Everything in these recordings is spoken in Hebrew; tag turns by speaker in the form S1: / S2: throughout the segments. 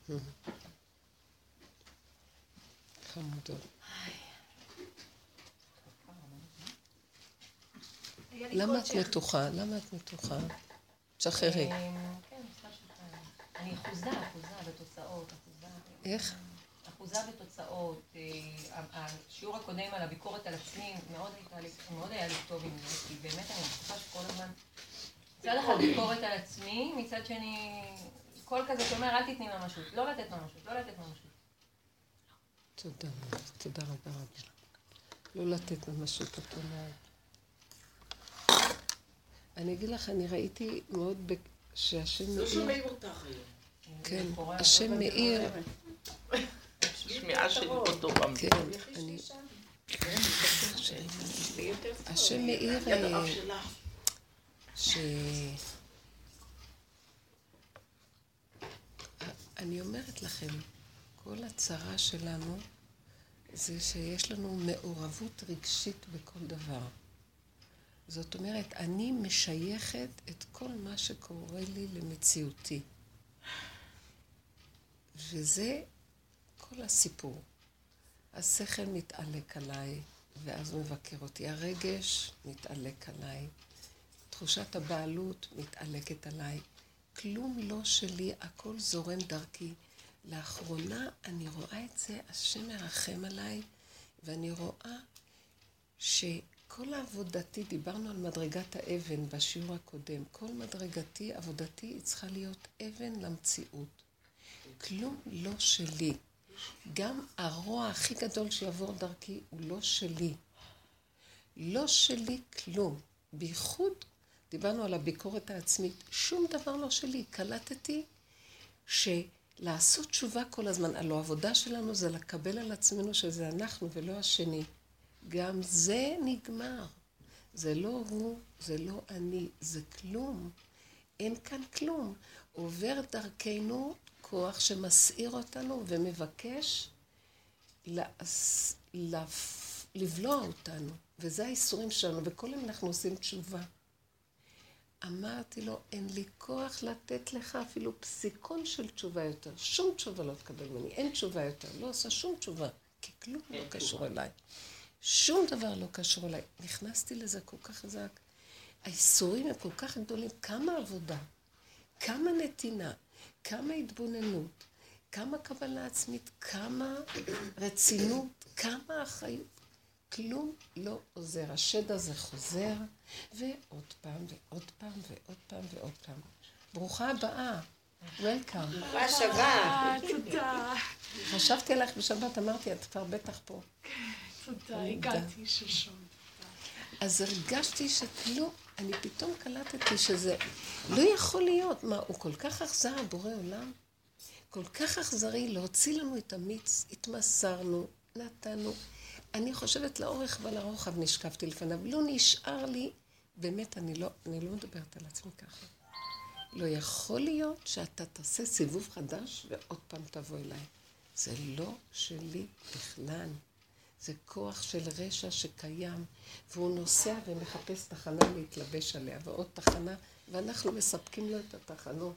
S1: חמודות. למה את מתוחה? למה את מתוחה? שחררי.
S2: כן, אני אחוזה בתוצאות.
S1: איך?
S2: אחוזה בתוצאות. השיעור הקודם על הביקורת על עצמי מאוד היה לי טוב עם זה, כי באמת אני חושבת שכל הזמן מצד אחד ביקורת על עצמי, מצד שני כל כזה שאומר אל תתני ממשות, לא לתת ממשות.
S1: תודה רבה. לא לתת ממשות, את אומרת. אני אגיד לך, אני ראיתי מאוד שהשם מאיר...
S3: לא שומעים אותך היום.
S1: כן, השם מאיר...
S3: שמיעה שלי פה טובה.
S1: כן, אני... השם מאיר... אני אומרת לכם, כל הצרה שלנו זה שיש לנו מעורבות רגשית בכל דבר. זאת אומרת, אני משייכת את כל מה שקורה לי למציאותי. וזה כל הסיפור. השכל מתעלק עליי, ואז מבקר אותי. הרגש מתעלק עליי. תחושת הבעלות מתעלקת עליי. כלום לא שלי, הכל זורם דרכי. לאחרונה אני רואה את זה, השם מרחם עליי, ואני רואה שכל עבודתי, דיברנו על מדרגת האבן בשיעור הקודם, כל מדרגתי, עבודתי, היא צריכה להיות אבן למציאות. כלום לא שלי. גם הרוע הכי גדול שיעבור דרכי הוא לא שלי. לא שלי כלום. בייחוד, דיברנו על הביקורת העצמית, שום דבר לא שלי. קלטתי שלעשות תשובה כל הזמן, הלא העבודה שלנו זה לקבל על עצמנו שזה אנחנו ולא השני. גם זה נגמר. זה לא הוא, זה לא אני, זה כלום. אין כאן כלום. עובר דרכנו כוח שמסעיר אותנו ומבקש לבלוע אותנו. וזה האיסורים שלנו, וכל יום אנחנו עושים תשובה. אמרתי לו, אין לי כוח לתת לך אפילו פסיקון של תשובה יותר. שום תשובה לא תקבל ממני, אין תשובה יותר. לא עושה שום תשובה, כי כלום לא קשור אליי. שום דבר לא קשור אליי. נכנסתי לזה כל כך חזק. האיסורים הם כל כך גדולים. כמה עבודה, כמה נתינה, כמה התבוננות, כמה קבלה עצמית, כמה רצינות, כמה אחריות. כלום לא עוזר. השד הזה חוזר, ועוד פעם, ועוד פעם, ועוד פעם, ועוד פעם. ברוכה הבאה. וולקאם.
S3: ברוכה שבה.
S4: תודה.
S1: חשבתי עליך בשבת, אמרתי, את כבר בטח פה.
S4: תודה, הגעתי ששון.
S1: אז הרגשתי שכלום, אני פתאום קלטתי שזה לא יכול להיות. מה, הוא כל כך אכזר, הבורא עולם? כל כך אכזרי, להוציא לנו את המיץ, התמסרנו, נתנו. אני חושבת לאורך ולרוחב נשקפתי לפניו. לא נשאר לי, באמת אני לא מדברת על עצמי ככה. לא יכול להיות שאתה תעשה סיבוב חדש ועוד פעם תבוא אליי. זה לא שלי בכלל. זה כוח של רשע שקיים, והוא נוסע ומחפש תחנה להתלבש עליה, ועוד תחנה, ואנחנו מספקים לו את התחנות.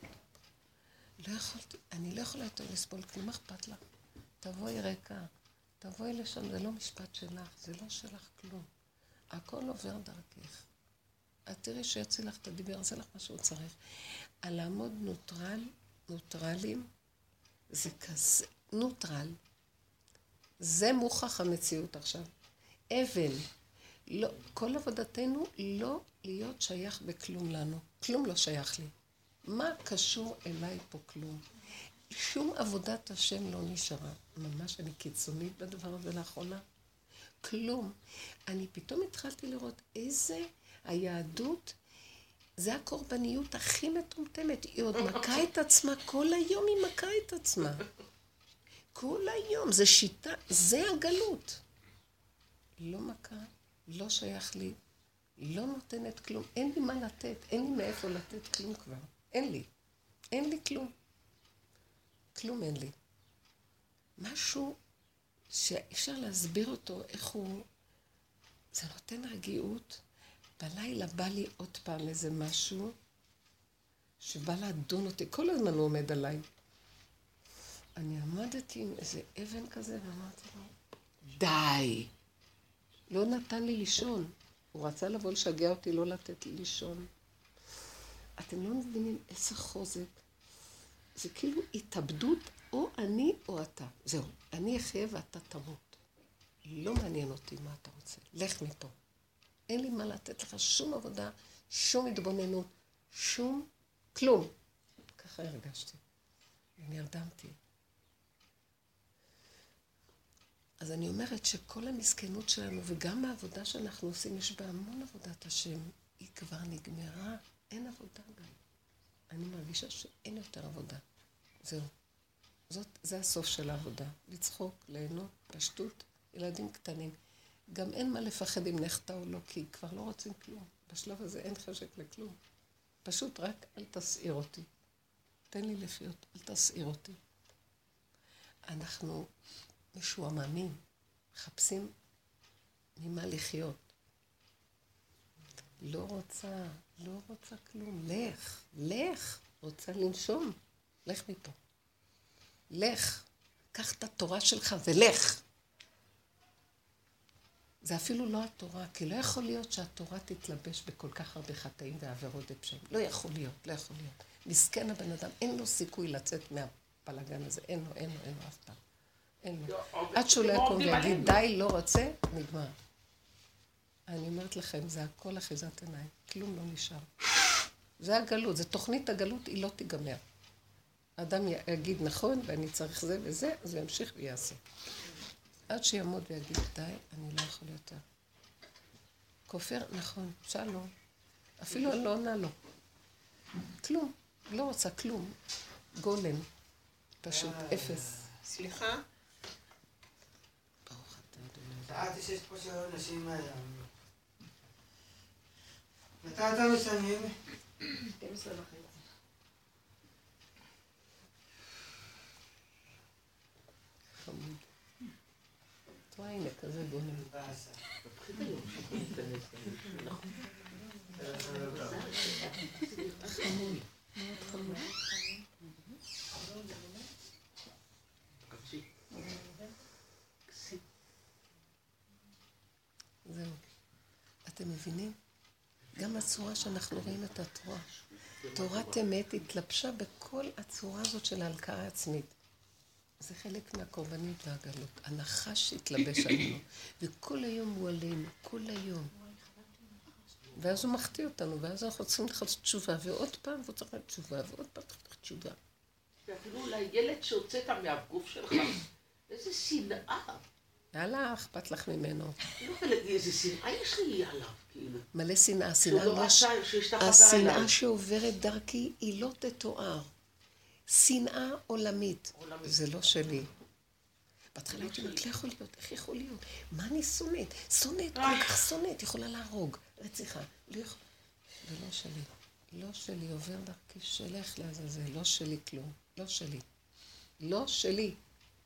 S1: אני לא יכולה יותר לסבול, כלום אכפת לך. תבואי ריקה, תבואי לשם, זה לא משפט שלך, זה לא שלך כלום. הכל עובר דרכך. את תראי שיוציא לך את הדיבר, עושה לך מה שהוא צריך. על לעמוד נוטרלים, זה כזה, נוטרל. זה מוכח המציאות עכשיו. אבן, לא, כל עבודתנו לא להיות שייך בכלום לנו. כלום לא שייך לי. מה קשור אליי פה כלום? שום עבודת השם לא נשארה. ממש אני קיצונית בדבר הזה לאחרונה. כלום. אני פתאום התחלתי לראות איזה היהדות, זה הקורבניות הכי מטומטמת. היא עוד מכה את עצמה, כל היום היא מכה את עצמה. כל היום, זה שיטה, זה הגלות. לא מכה, לא שייך לי, לא נותנת כלום, אין לי מה לתת, אין לי מאיפה לתת כלום כבר. אין לי כלום. כלום אין לי. משהו שאפשר להסביר אותו, איך הוא, זה נותן רגיעות. בלילה בא לי עוד פעם איזה משהו שבא להדון אותי, כל הזמן הוא עומד עליי. אני עמדתי עם איזה אבן כזה ואמרתי לו, די! לא נתן לי לישון. הוא רצה לבוא לשגע אותי, לא לתת לי לישון. אתם לא מבינים איזה חוזק. זה כאילו התאבדות, או אני או אתה. זהו, אני אחיה ואתה תמות. לא מעניין אותי מה אתה רוצה. לך מפה. אין לי מה לתת לך שום עבודה, שום התבוננות, שום כלום. ככה הרגשתי. ונרדמתי. אז אני אומרת שכל המסכנות שלנו, וגם העבודה שאנחנו עושים, יש בה המון עבודת השם. היא כבר נגמרה, אין עבודה גם. אני מרגישה שאין יותר עבודה. זהו. זה הסוף של העבודה. לצחוק, ליהנות, פשטות, ילדים קטנים. גם אין מה לפחד אם נחתה או לא, כי כבר לא רוצים כלום. בשלב הזה אין חשק לכלום. פשוט רק אל תסעיר אותי. תן לי לחיות, אל תסעיר אותי. אנחנו משועממים, מחפשים ממה לחיות. לא רוצה כלום. לך, רוצה לנשום. לך מפה. לך, קח את התורה שלך ולך. זה אפילו לא התורה, כי לא יכול להיות שהתורה תתלבש בכל כך הרבה חטאים ועבירות ופשעים. לא יכול להיות. מסכן הבן אדם, אין לו סיכוי לצאת מהפלגן הזה. אין לו אף פעם. אין לו. עד שהוא לא יקום ויגיד, די, לא רוצה, נגמר. אני אומרת לכם, זה הכל אחיזת עיניים. כלום לא נשאר. זה הגלות, זה תוכנית הגלות, היא לא תיגמר. האדם יגיד נכון, ואני צריך זה וזה, אז הוא ימשיך ויעשה. עד שיעמוד ויגיד, די, אני לא יכול יותר. כופר, נכון, שלום. אפילו אני לא עונה לו. כלום, לא רוצה כלום. גולם, פשוט, אפס.
S3: סליחה?
S1: ברוך אתה, אדוני.
S5: שאלתי שיש פה של אנשים מהים. מתי אתה מסיים?
S3: 12 וחצי.
S1: חמוד. תראה, הנה, כזה גולם. חמוד, מאוד חמוד. זהו. אתם מבינים? גם הצורה שאנחנו רואים את התורה. תורת אמת התלבשה בכל הצורה הזאת של ההלקאה העצמית. זה חלק מהקורבנית והגלות. הנחש התלבש עלינו, וכל היום הוא עלינו, כל היום. ואז הוא מחטיא אותנו, ואז אנחנו צריכים לחצות תשובה, ועוד פעם הוא צריך לעשות תשובה, ועוד פעם צריך תשובה.
S3: ואפילו אולי ילד שהוצאת מהגוף שלך, איזה שנאה.
S1: יאללה, אכפת לך ממנו.
S3: לא, אבל איזה שנאה יש לי עליו, כאילו.
S1: מלא שנאה,
S3: שהוא לא רצה שישתחווה עליו.
S1: השנאה שעוברת דרכי היא לא תתואר. שנאה עולמית. זה לא שלי. בהתחלה הייתי אומרת, לא יכול להיות, איך יכול להיות? מה אני שונאת? שונאת, כל כך שונאת, יכולה להרוג. רציחה. זה לא שלי. לא שלי, עובר דרכי, שלך לעזאזל, לא שלי כלום. לא שלי. לא שלי.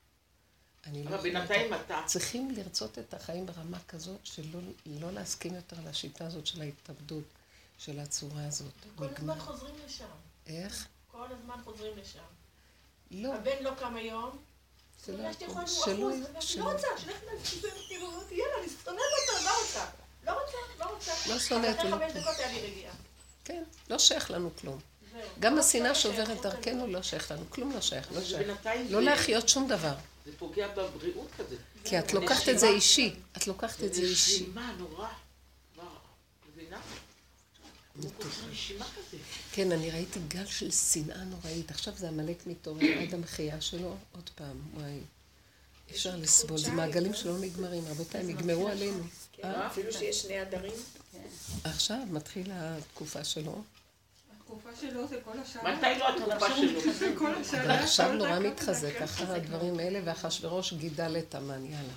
S3: אבל בינתיים אתה...
S1: צריכים לרצות את החיים ברמה כזאת שלא להסכים יותר לששיטה הזאת של ההתאבדות, של הצורה הזאת.
S4: כל הזמן חוזרים לשם.
S1: איך?
S4: כל הזמן חוזרים לשם.
S1: לא.
S4: הבן לא קם היום. הרגשתי יכולה לנו אחוז. לא רוצה, שלך כאילו, יאללה, אני שונאת אותה, לא רוצה.
S1: לא שונאת.
S4: אחרי 5 דקות היה לי רגיעה.
S1: כן, לא שייך לנו כלום. גם השנאה שעוברת דרכנו לא שייך לנו, כלום לא שייך, לא שייך. לא להחיות שום דבר.
S3: זה פוגע בבריאות כזה.
S1: כי את לוקחת את זה אישי. את לוקחת את זה אישי.
S3: נשימה נורא. מבינה? נשימה כזה.
S1: כן, אני ראיתי גל של שנאה נוראית. עכשיו זה המלאק מתעורר עד המחייה שלו. עוד פעם, וואי. אפשר לסבול. זה מעגלים שלא נגמרים. רבותיי, נגמרו עלינו.
S4: אפילו שיש 2 עדרים.
S1: עכשיו מתחיל התקופה שלו.
S2: התקופה שלו זה כל השעה.
S3: מתי לא התקופה שלו?
S2: זה כל השעה.
S1: אבל עכשיו נורא מתחזק אחר הדברים האלה, ואחשוורוש גידל את המן, יאללה.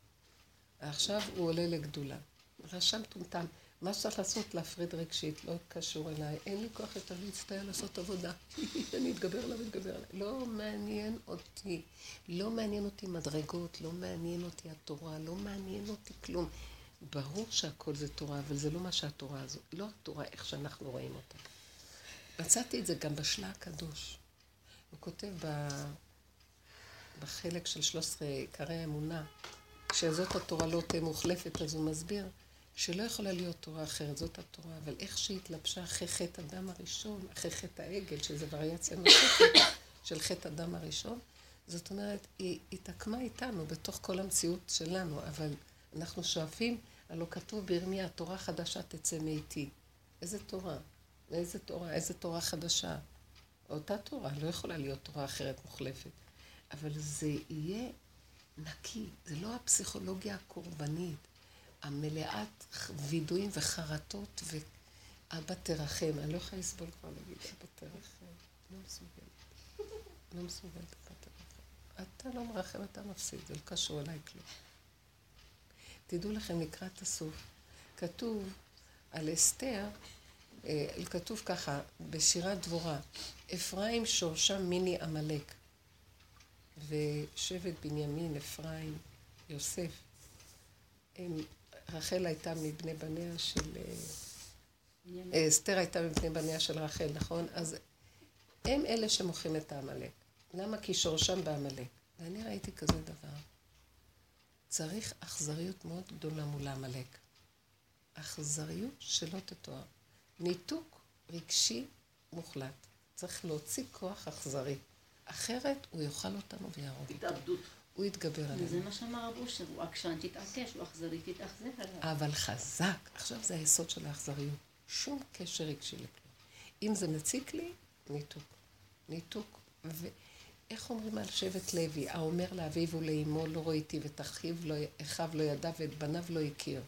S1: עכשיו הוא עולה לגדולה. רשם טומטם. מה שצריך לעשות? להפריד רגשית, לא קשור אליי. אין לי כוח יותר להצטער לעשות עבודה. אני אתגבר עליו. לא מעניין אותי. לא מעניין אותי מדרגות, לא מעניין אותי התורה, לא מעניין אותי כלום. ברור שהכל זה תורה, אבל זה לא מה שהתורה הזאת. לא התורה איך שאנחנו רואים אותה. מצאתי את זה גם בשלה הקדוש. הוא כותב בחלק של 13 עיקרי האמונה, שזאת התורה לא תהיה מוחלפת, אז הוא מסביר שלא יכולה להיות תורה אחרת, זאת התורה, אבל איך שהיא התלבשה אחרי חטא אדם הראשון, אחרי חטא העגל, שזה וריאציה נוספת של חטא אדם הראשון, זאת אומרת, היא התעקמה איתנו בתוך כל המציאות שלנו, אבל אנחנו שואפים, הלא כתוב בירמיה, התורה חדשה תצא מאיתי. איזה תורה? איזה תורה? איזה תורה חדשה? אותה תורה, לא יכולה להיות תורה אחרת מוחלפת. אבל זה יהיה נקי, זה לא הפסיכולוגיה הקורבנית, המלאת וידועים וחרטות ואבא תרחם. אני לא יכולה לסבול כבר להגיד אבא תרחם. לא מסוגלת. לא מסוגלת אבא תרחם. אתה לא מרחם, אתה מפסיד, זה לא קשור אליי כלום. תדעו לכם לקראת הסוף. כתוב על אסתר, כתוב ככה, בשירת דבורה, אפרים שורשם מיני עמלק, ושבט בנימין, אפרים, יוסף. רחל הייתה מבני בניה של... אסתר הייתה מבני בניה של רחל, נכון? אז הם אלה שמוכרים את העמלק. למה? כי שורשם בעמלק. ואני ראיתי כזה דבר. צריך אכזריות מאוד גדולה מול העמלק. אכזריות שלא תתואר. ניתוק רגשי מוחלט. צריך להוציא כוח אכזרי. אחרת הוא יאכל אותנו ויהרוג אותנו.
S3: התאבדות.
S1: הוא יתגבר עלינו.
S6: זה מה שאמר רב אושר, הוא עקשן תתעקש, הוא אכזרי תתאכזר עליו.
S1: אבל חזק. עכשיו זה היסוד של האכזריות. שום קשר רגשי לכלום. אם זה מציק לי, ניתוק. ניתוק. ואיך אומרים על שבט לוי? האומר לאביו ולאמו לא ראיתי ואת אחיו לא ידע ואת בניו לא הכיר.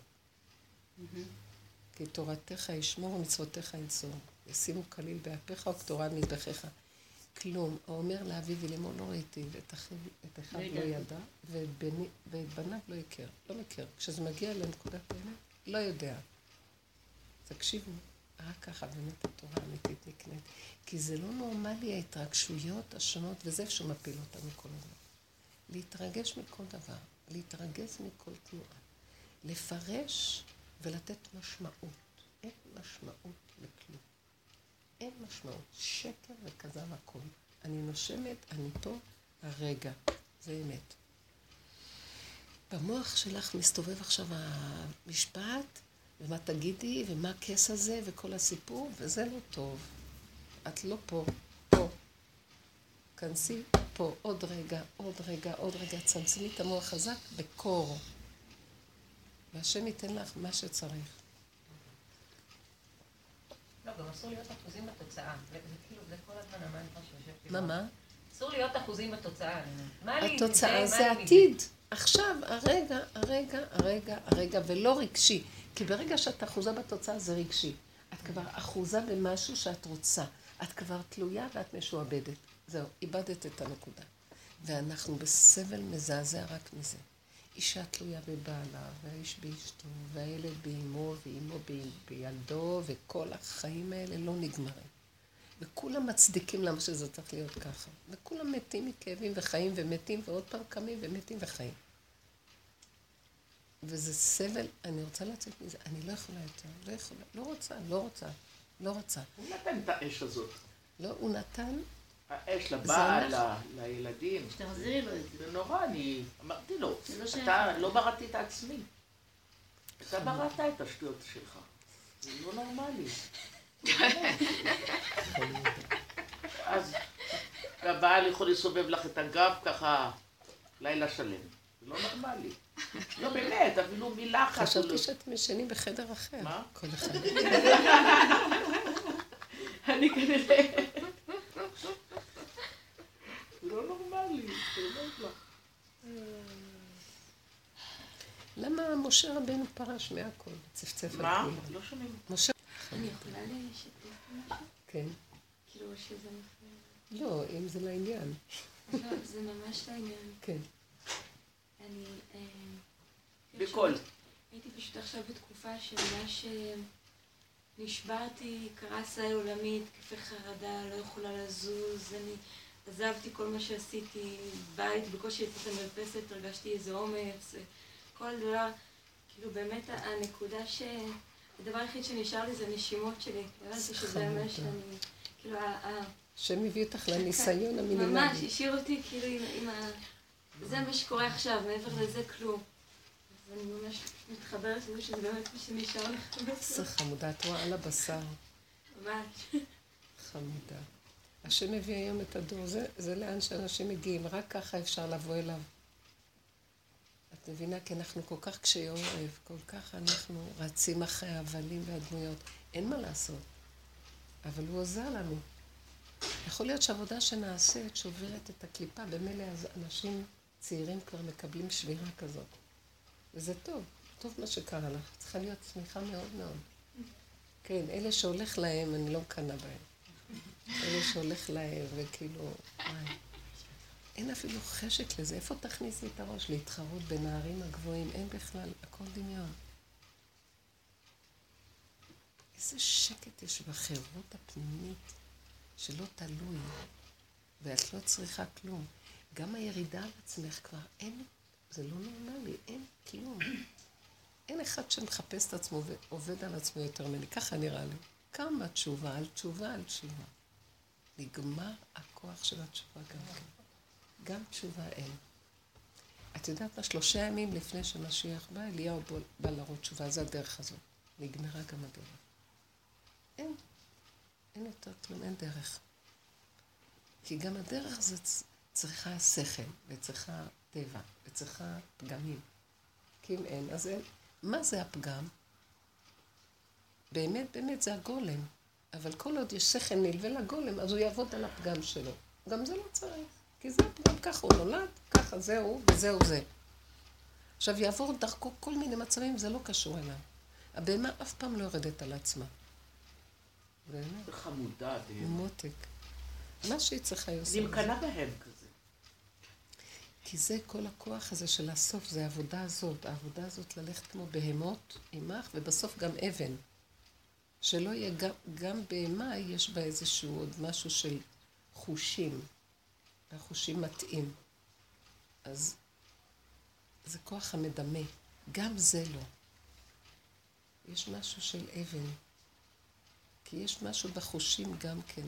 S1: כי תורתך ישמור ומצוותיך ינצור. ישימו כליל באפיך וכתורה מזבחיך. כלום. האומר לאביו ולאמו לא ראיתי ואת אחיו לא ידע ואת בניו לא הכיר. לא מכיר. כשזה מגיע לנקודת האמת, לא יודע. תקשיבו, רק ככה באמת התורה האמיתית נקנית. כי זה לא נורמלי ההתרגשויות השונות, וזה איפה שמפיל אותנו כל הזמן. להתרגש מכל דבר, להתרגש מכל תנועה. לפרש ולתת משמעות. אין משמעות לכלום. אין משמעות. שקר וכזב הכל. אני נושמת, אני פה, הרגע. זה אמת. במוח שלך מסתובב עכשיו המשפט, ומה תגידי, ומה הכס הזה, וכל הסיפור, וזה לא טוב. את לא פה, פה. כנסי פה, עוד רגע, עוד רגע, עוד רגע. צמצמי את המוח חזק בקור. והשם ייתן לך מה שצריך.
S2: לא, גם אסור להיות אחוזים בתוצאה. זה כאילו, זה כל הזמן המנטרה שיושבת.
S1: מה?
S2: אסור להיות אחוזים בתוצאה.
S1: התוצאה זה עתיד. עכשיו, הרגע, ולא רגשי. כי ברגע שאת אחוזה בתוצאה זה רגשי. את כבר אחוזה במשהו שאת רוצה. את כבר תלויה ואת משועבדת. זהו, איבדת את הנקודה. ואנחנו בסבל מזעזע רק מזה. אישה תלויה בבעלה, והאיש באשתו, והילד באמו, ואמו בילדו, וכל החיים האלה לא נגמרים. וכולם מצדיקים למה שזה צריך להיות ככה. וכולם מתים מכאבים וחיים ומתים, ועוד פעם קמים ומתים וחיים. וזה סבל, אני רוצה לצאת מזה, אני לא יכולה יותר, לא רוצה.
S3: הוא נתן את האש הזאת.
S1: לא, הוא נתן...
S3: האש לבעל, לילדים.
S6: שתחזירי לו את זה.
S3: זה נורא, אני אמרתי לו,
S6: זה לא שייך.
S3: אתה לא בראתי את עצמי. אתה בראת את השטויות שלך. זה לא נורמלי. אז הבעל יכול לסובב לך את הגב ככה לילה שלם. זה לא נורמלי. לא באמת, אפילו מילה אחת.
S1: חשבתי שאתם ישנים בחדר אחר.
S3: מה?
S1: כל אחד.
S3: אני כנראה... זה לא נורמלי, זה לא לך.
S1: למה משה רבנו פרש מהכל? צפצף על
S3: מה?
S1: כולם.
S3: לא שומעים.
S1: משה...
S7: אני יכולה לשתף משהו?
S1: כן.
S7: כאילו שזה מפריע.
S1: לא, אם זה לעניין.
S7: לא, זה ממש לעניין.
S1: כן.
S7: אני...
S3: בכל.
S7: הייתי פשוט עכשיו בתקופה שממש נשברתי, קרסה עולמית, התקפי חרדה, לא יכולה לזוז, אני עזבתי כל מה שעשיתי, בית, בקושי יצאתי מרפסת, הרגשתי איזה אומץ, כל דבר, כאילו באמת הנקודה הדבר היחיד שנשאר לי זה נשימות שלי, הבנתי שזה ממש אני, כאילו
S1: שם הביא אותך לניסיון המינימלי.
S7: ממש, השאיר אותי כאילו עם זה מה שקורה עכשיו, מעבר לזה כלום. אז אני ממש מתחברת לזה שזה באמת מה שנשאר לך.
S1: זה חמודה, את רואה על הבשר.
S7: ממש.
S1: חמודה. השם מביא היום את הדור, זה לאן שאנשים מגיעים, רק ככה אפשר לבוא אליו. את מבינה, כי אנחנו כל כך קשי עורף, כל כך אנחנו רצים אחרי ההבלים והדמויות. אין מה לעשות, אבל הוא עוזר לנו. יכול להיות שעבודה שנעשית שוברת את הקליפה, במילא אנשים צעירים כבר מקבלים שבירה כזאת. וזה טוב, טוב מה שקרה לך, צריכה להיות צמיחה מאוד מאוד. כן, אלה שהולך להם, אני לא מקנה בהם. אלה שהולך להם, וכאילו, וואי. אין אפילו חשק לזה. איפה תכניסי את הראש? להתחרות בין הערים הגבוהים? אין בכלל, הכל דמיון. איזה שקט יש בחירות הפנימית, שלא תלוי, ואת לא צריכה כלום. גם הירידה על עצמך כבר אין, זה לא נורמלי, אין כלום. אין אחד שמחפש את עצמו ועובד על עצמו יותר ממני, ככה נראה לי. כמה תשובה על תשובה על תשובה. נגמר הכוח של התשובה גם כן. גם תשובה אין. את יודעת מה? 3 ימים לפני שמשיח בא, אליהו בא להראות תשובה, זה הדרך הזאת. נגמרה גם הדרך. אין יותר כלום, אין דרך. כי גם הדרך הזאת צריכה שכל, וצריכה טבע, וצריכה פגמים. כי אם אין, אז אין. מה זה הפגם? באמת זה הגולם. אבל כל עוד יש שכל נלווה לגולם, אז הוא יעבוד על הפגם שלו. גם זה לא צריך. כי זה הפגם, ככה הוא נולד, ככה זהו, וזהו זה. עכשיו יעבור דרכו כל מיני מצבים, זה לא קשור אליו. הבהמה אף פעם לא יורדת על עצמה. באמת?
S3: זה חמודה,
S1: מותק. מה שהיא צריכה היא עושה.
S3: אני מקנה בהם כזה.
S1: כי זה כל הכוח הזה של הסוף, זה העבודה הזאת. העבודה הזאת ללכת כמו בהמות עמך, ובסוף גם אבן. שלא יהיה גם בהמה, יש בה איזשהו עוד משהו של חושים. והחושים מתאים. אז זה כוח המדמה. גם זה לא. יש משהו של אבן. כי יש משהו בחושים גם כן.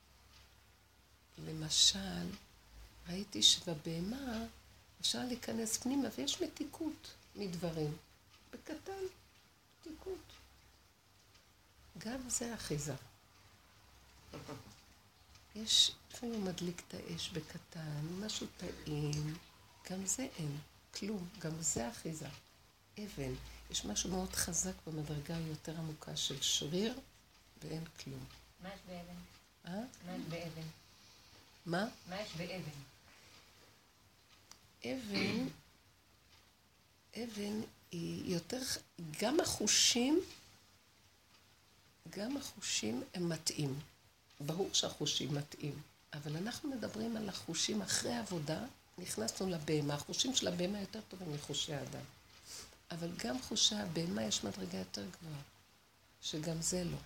S1: למשל, ראיתי שבבהמה אפשר להיכנס פנימה ויש מתיקות מדברים. בקטן, מתיקות. גם זה אחיזה. יש, לפעמים הוא מדליק את האש בקטן, משהו טעים, גם זה אין, כלום, גם זה אחיזה. אבן, יש משהו מאוד חזק במדרגה היותר עמוקה של שריר ואין כלום.
S2: מה יש באבן? מה יש באבן?
S1: מה?
S2: מה יש באבן?
S1: אבן היא יותר, גם החושים הם מתאים. ברור שהחושים מתאים, אבל אנחנו מדברים על החושים אחרי העבודה, נכנסנו לבהמה. החושים של הבהמה יותר טובים מחושי האדם. אבל גם חושי הבהמה יש מדרגה יותר גבוהה, שגם זה לא.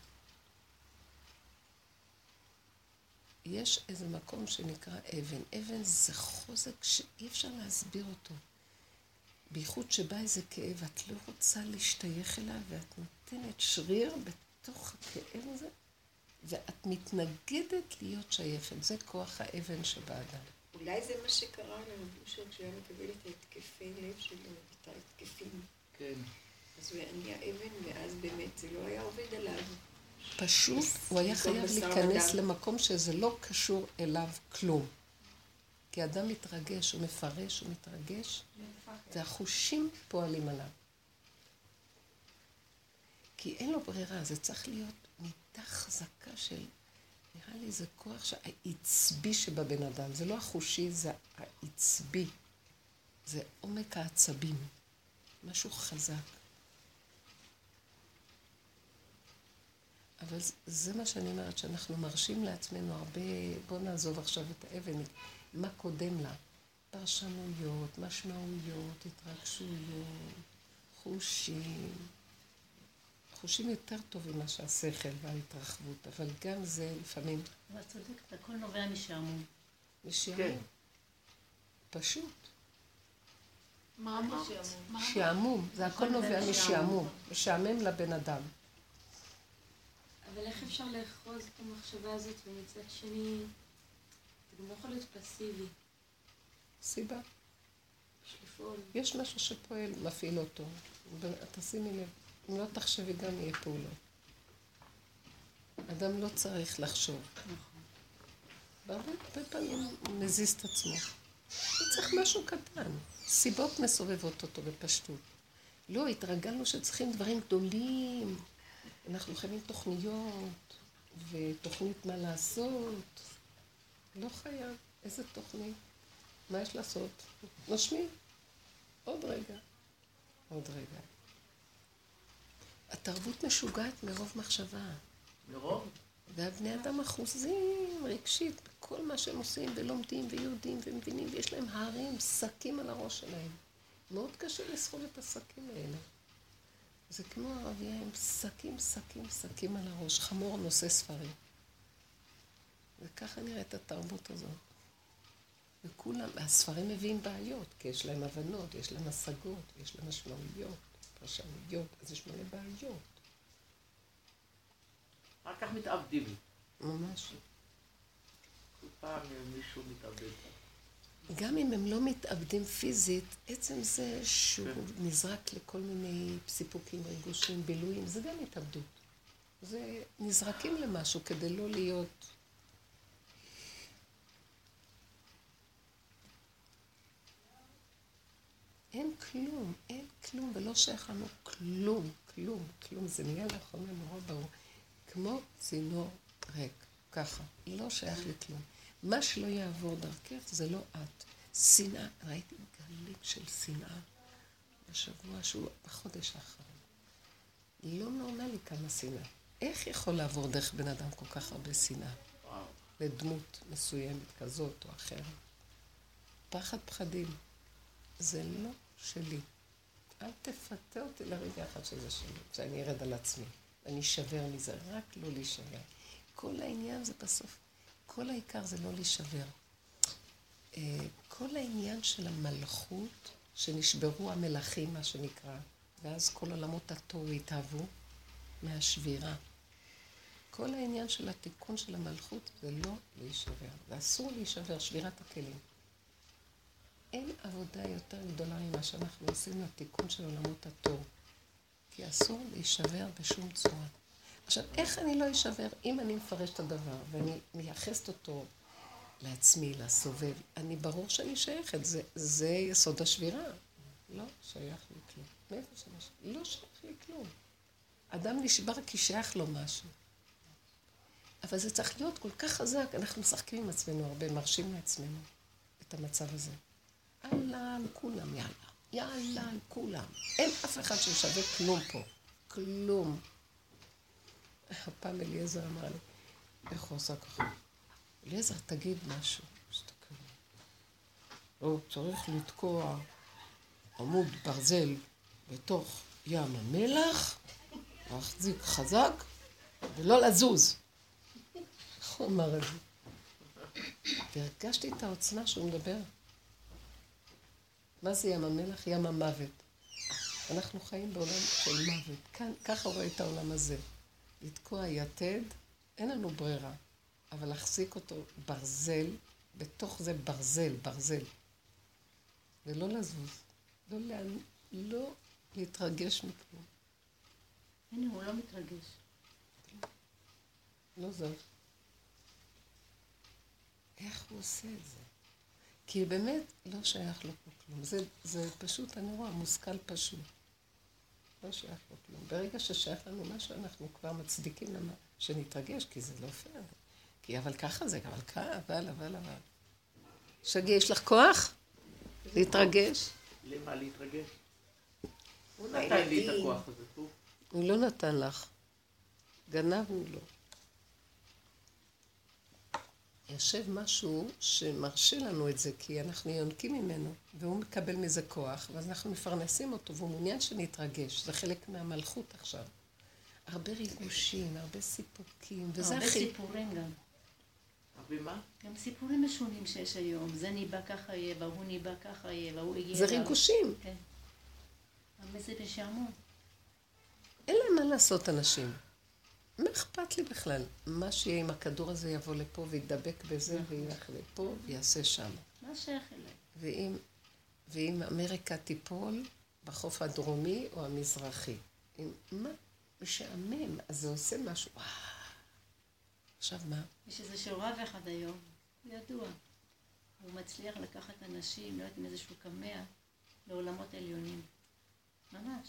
S1: יש איזה מקום שנקרא אבן. אבן זה חוזק שאי אפשר להסביר אותו. בייחוד שבא איזה כאב, את לא רוצה להשתייך אליו, ואת נותנת שריר בתוך הכאב הזה, ואת מתנגדת להיות שייכת. זה כוח האבן שבאדם.
S4: אולי זה מה שקרה לנו, בושר, כשהוא היה מקבל את ההתקפי לב שלו, את ההתקפים.
S3: כן.
S4: אז הוא היה אבן, ואז באמת זה לא היה עובד עליו.
S1: פשוט הוא היה חייב להיכנס למקום שזה לא קשור אליו כלום. כי אדם מתרגש, הוא מפרש, הוא מתרגש, והחושים פועלים עליו. כי אין לו ברירה, זה צריך להיות מידה חזקה של, נראה לי זה כוח שהעצבי שבבן אדם, זה לא החושי, זה העצבי. זה עומק העצבים, משהו חזק. אבל זה מה שאני אומרת, שאנחנו מרשים לעצמנו הרבה, בוא נעזוב עכשיו את האבן, מה קודם לה? פרשנויות, משמעויות, התרגשויות, חושים. חושים יותר טובים מה שהשכל וההתרחבות, אבל גם זה לפעמים...
S6: אבל צודקת, הכל נובע משעמום.
S1: משעמום. פשוט.
S8: מה אמרת?
S1: שעמום, זה הכל נובע משעמום, משעמם לבן אדם.
S7: אבל איך אפשר לאחוז את המחשבה הזאת, ומצד שני, זה גם לא יכול להיות פסיבי.
S1: סיבה. יש משהו שפועל, מפעיל אותו. תשימי לב, אם לא תחשבי גם יהיה פעולות. אדם לא צריך לחשוב. בהרבה פעמים הוא מזיז את עצמו. הוא צריך משהו קטן. סיבות מסובבות אותו בפשטות. לא, התרגלנו שצריכים דברים גדולים. אנחנו חייבים תוכניות, ותוכנית מה לעשות. לא חייב. איזה תוכנית? מה יש לעשות? נשמי. עוד רגע. עוד רגע. התרבות משוגעת מרוב מחשבה.
S3: מרוב?
S1: והבני אדם אחוזים רגשית בכל מה שהם עושים ולומדים ויודעים ומבינים, ויש להם הרים, שקים על הראש שלהם. מאוד קשה לסחול את השקים האלה. זה כמו ערבייה עם שקים על הראש, חמור נושא ספרים. וככה נראית התרבות הזאת. וכולם, הספרים מביאים בעיות, כי יש להם הבנות, יש להם השגות, יש להם משמעויות, פרשנויות, אז יש מלא בעיות.
S3: רק כך מתאבדים.
S1: ממש.
S3: כל פעם מישהו מתאבד.
S1: גם אם הם לא מתאבדים פיזית, עצם זה שהוא נזרק לכל מיני סיפוקים, ריגושים, בילויים, זה גם התאבדות. זה נזרקים למשהו כדי לא להיות... אין כלום, ולא שייך לנו כלום. זה נהיה לאחרונה נורא ברור. כמו צינור ריק, ככה, לא שייך לכלום. מה שלא יעבור דרכך זה לא את. שנאה, ראיתי גלים של שנאה בשבוע שהוא בחודש האחרון. לא נורמלי כמה שנאה. איך יכול לעבור דרך בן אדם כל כך הרבה שנאה? לדמות מסוימת כזאת או אחרת. פחד פחדים. זה לא שלי. אל תפתה אותי לרגע אחד שזה שלי, שאני ארד על עצמי. אני אשבר מזה, רק לא להישבר. כל העניין זה בסוף, כל העיקר זה לא להישבר. כל העניין של המלכות, שנשברו המלכים, מה שנקרא, ואז כל עולמות התוהו התאהבו מהשבירה. כל העניין של התיקון של המלכות זה לא להישבר. זה אסור להישבר, שבירת הכלים. אין עבודה יותר גדולה ממה שאנחנו עושים לתיקון של עולמות התוהו. כי אסור להישבר בשום צורה. עכשיו, איך אני לא אשבר אם אני מפרש את הדבר, ואני מייחסת אותו לעצמי, לסובב, אני ברור שאני שייכת, זה יסוד השבירה. לא שייך לי כלום. מאיפה שאני? לא שייך לי כלום. אדם נשבר כי שייך לו משהו. אבל זה צריך להיות כל כך חזק, אנחנו משחקים עם עצמנו הרבה, מרשים לעצמנו את המצב הזה. יאללה על כולם, יאללה על כולם. אין אף אחד ששווה כלום פה. כלום. הפעם אליעזר אמר לי, איך הוא עושה ככה? אליעזר, תגיד משהו. שתקרא. הוא צריך לתקוע עמוד ברזל בתוך ים המלח, להחזיק חזק ולא לזוז. איך הוא אמר את זה? והרגשתי את העוצמה שהוא מדבר. מה זה ים המלח? ים המוות. אנחנו חיים בעולם של מוות. כאן, ככה רואה את העולם הזה. לתקוע יתד, אין לנו ברירה. אבל להחזיק אותו ברזל, בתוך זה ברזל. ולא לזוז. לא להתרגש מכלום.
S6: הנה, הוא לא מתרגש.
S1: לא זוז. איך הוא עושה את זה? כי באמת לא שייך לו פה כלום. זה פשוט, אני רואה, מושכל פשוט. לא שייך לו כלום. ברגע ששייך לנו משהו, אנחנו כבר מצדיקים למה שנתרגש, כי זה לא פייר. כי אבל ככה זה, אבל. שגיא, יש לך כוח? להתרגש?
S3: למה להתרגש? הוא נתן לי את הכוח הזה, פה.
S1: הוא לא נתן לך. גנבנו לו. יושב משהו שמרשה לנו את זה, כי אנחנו יונקים ממנו, והוא מקבל מזה כוח, ואז אנחנו מפרנסים אותו, והוא מעוניין שנתרגש. זה חלק מהמלכות עכשיו. הרבה ריגושים, הרבה סיפוקים, וזה
S6: הרבה
S1: הכי...
S6: סיפורים גם.
S3: הרבה מה?
S6: גם סיפורים משונים שיש היום. זה ניבא ככה יהיה, והוא ניבא ככה יהיה, והוא הגיע...
S1: זה ריגושים.
S6: כן. אבל זה בשעמום.
S1: אין להם מה לעשות אנשים. מה אכפת לי בכלל? מה שיהיה עם הכדור הזה יבוא לפה וידבק בזה וילך לפה ויעשה שם.
S6: מה שייך אליי?
S1: ואם אמריקה תיפול בחוף הדרומי או המזרחי. מה? משעמם, אז זה עושה משהו. עכשיו מה?
S6: יש איזה שרב אחד היום, הוא ידוע. הוא מצליח לקחת אנשים, לא יודעת עם איזשהו קמע, לעולמות עליונים. ממש.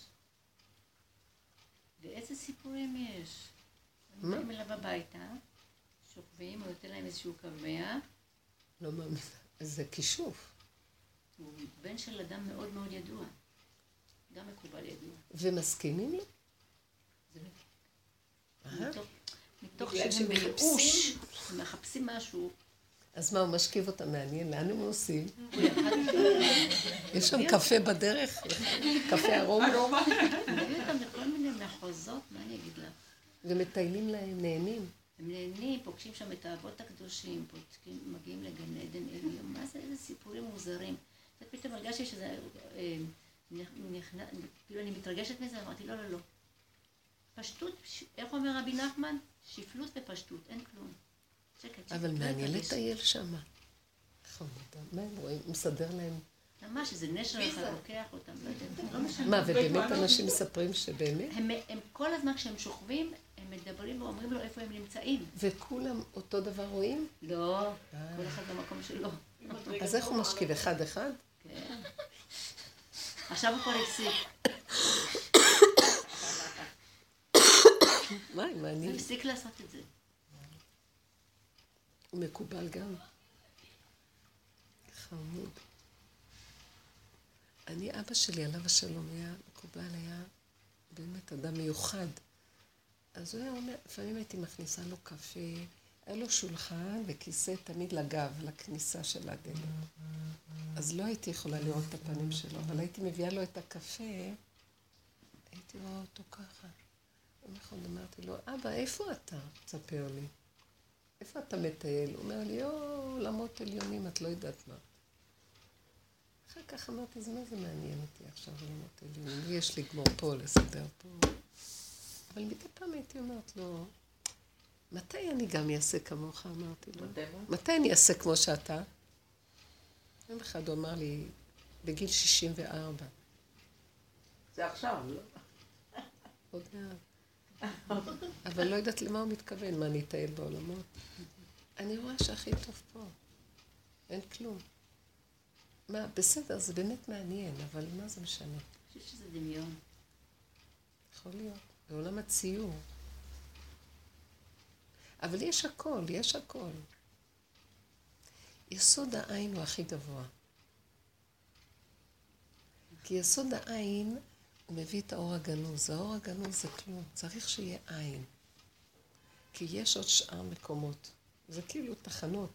S6: ואיזה סיפורים יש?
S1: מה?
S6: אני באים אליו הביתה, שוכבים, הוא נותן להם איזשהו קמע.
S1: לא מאמינה. זה כישוף.
S6: הוא בן של אדם מאוד מאוד ידוע. גם מקובל ידוע.
S1: ומסכימים לו?
S6: מתוך שהם בייאוש, הם מחפשים משהו.
S1: אז מה, הוא משכיב אותם מעניין? לאן הם עושים? יש שם קפה בדרך? קפה ארומה?
S6: מביא אותם לכל מיני מחוזות, מה אני אגיד לך?
S1: ומטיילים להם, נהנים.
S6: הם נהנים, פוגשים שם את האבות הקדושים, מגיעים לגן עדן עליון, מה זה, איזה סיפורים מוזרים. פתאום הרגשתי שזה, כאילו אני מתרגשת מזה, אמרתי לא, לא, לא. פשטות, איך אומר רבי נחמן? שפלות ופשטות, אין כלום.
S1: אבל מעניין לטייל שמה. מה הם רואים? הוא מסדר להם.
S6: ממש, איזה נשר אחד לוקח אותם, לא יודעת, לא משנה.
S1: מה, ובאמת אנשים מספרים שבאמת?
S6: הם כל הזמן כשהם שוכבים, הם מדברים ואומרים לו איפה הם נמצאים.
S1: וכולם אותו דבר רואים?
S6: לא, כל אחד במקום שלו.
S1: אז איך הוא משכיב? אחד?
S6: כן. עכשיו הוא כבר הפסיק.
S1: מה, מעניין.
S6: הוא הפסיק לעשות את זה.
S1: הוא מקובל גם. חמוד. אבא שלי, עליו השלום, היה מקובל, היה באמת אדם מיוחד. אז הוא היה אומר, לפעמים הייתי מכניסה לו קפה, היה לו שולחן וכיסא תמיד לגב, לכניסה של הדלת. אז לא הייתי יכולה לראות את הפנים שלו, אבל הייתי מביאה לו את הקפה, הייתי רואה אותו ככה. נכון, אמרתי לו, אבא, איפה אתה? תספר לי. איפה אתה מטייל? הוא אומר לי, עולמות עליונים, את לא יודעת מה. אחר כך אמרתי, אז מה זה מעניין אותי עכשיו עולמות עליונים? יש לי גמור פה, לסדר פה. אבל מדי פעם הייתי אומרת לו, מתי אני גם אעשה כמוך? אמרתי לו. מתי אני אעשה כמו שאתה? יום אחד הוא אמר לי, בגיל 64.
S3: זה עכשיו, לא?
S1: עוד מעט. אבל לא יודעת למה הוא מתכוון, מה אני אטייל בעולמות. אני רואה שהכי טוב פה. אין כלום. מה, בסדר, זה באמת מעניין, אבל מה זה משנה?
S6: אני חושב שזה דמיון.
S1: יכול להיות. בעולם הציור. אבל יש הכל, יש הכל. יסוד העין הוא הכי גבוה. כי יסוד העין הוא מביא את האור הגנוז. האור הגנוז זה כלום, צריך שיהיה עין. כי יש עוד שאר מקומות. זה כאילו תחנות.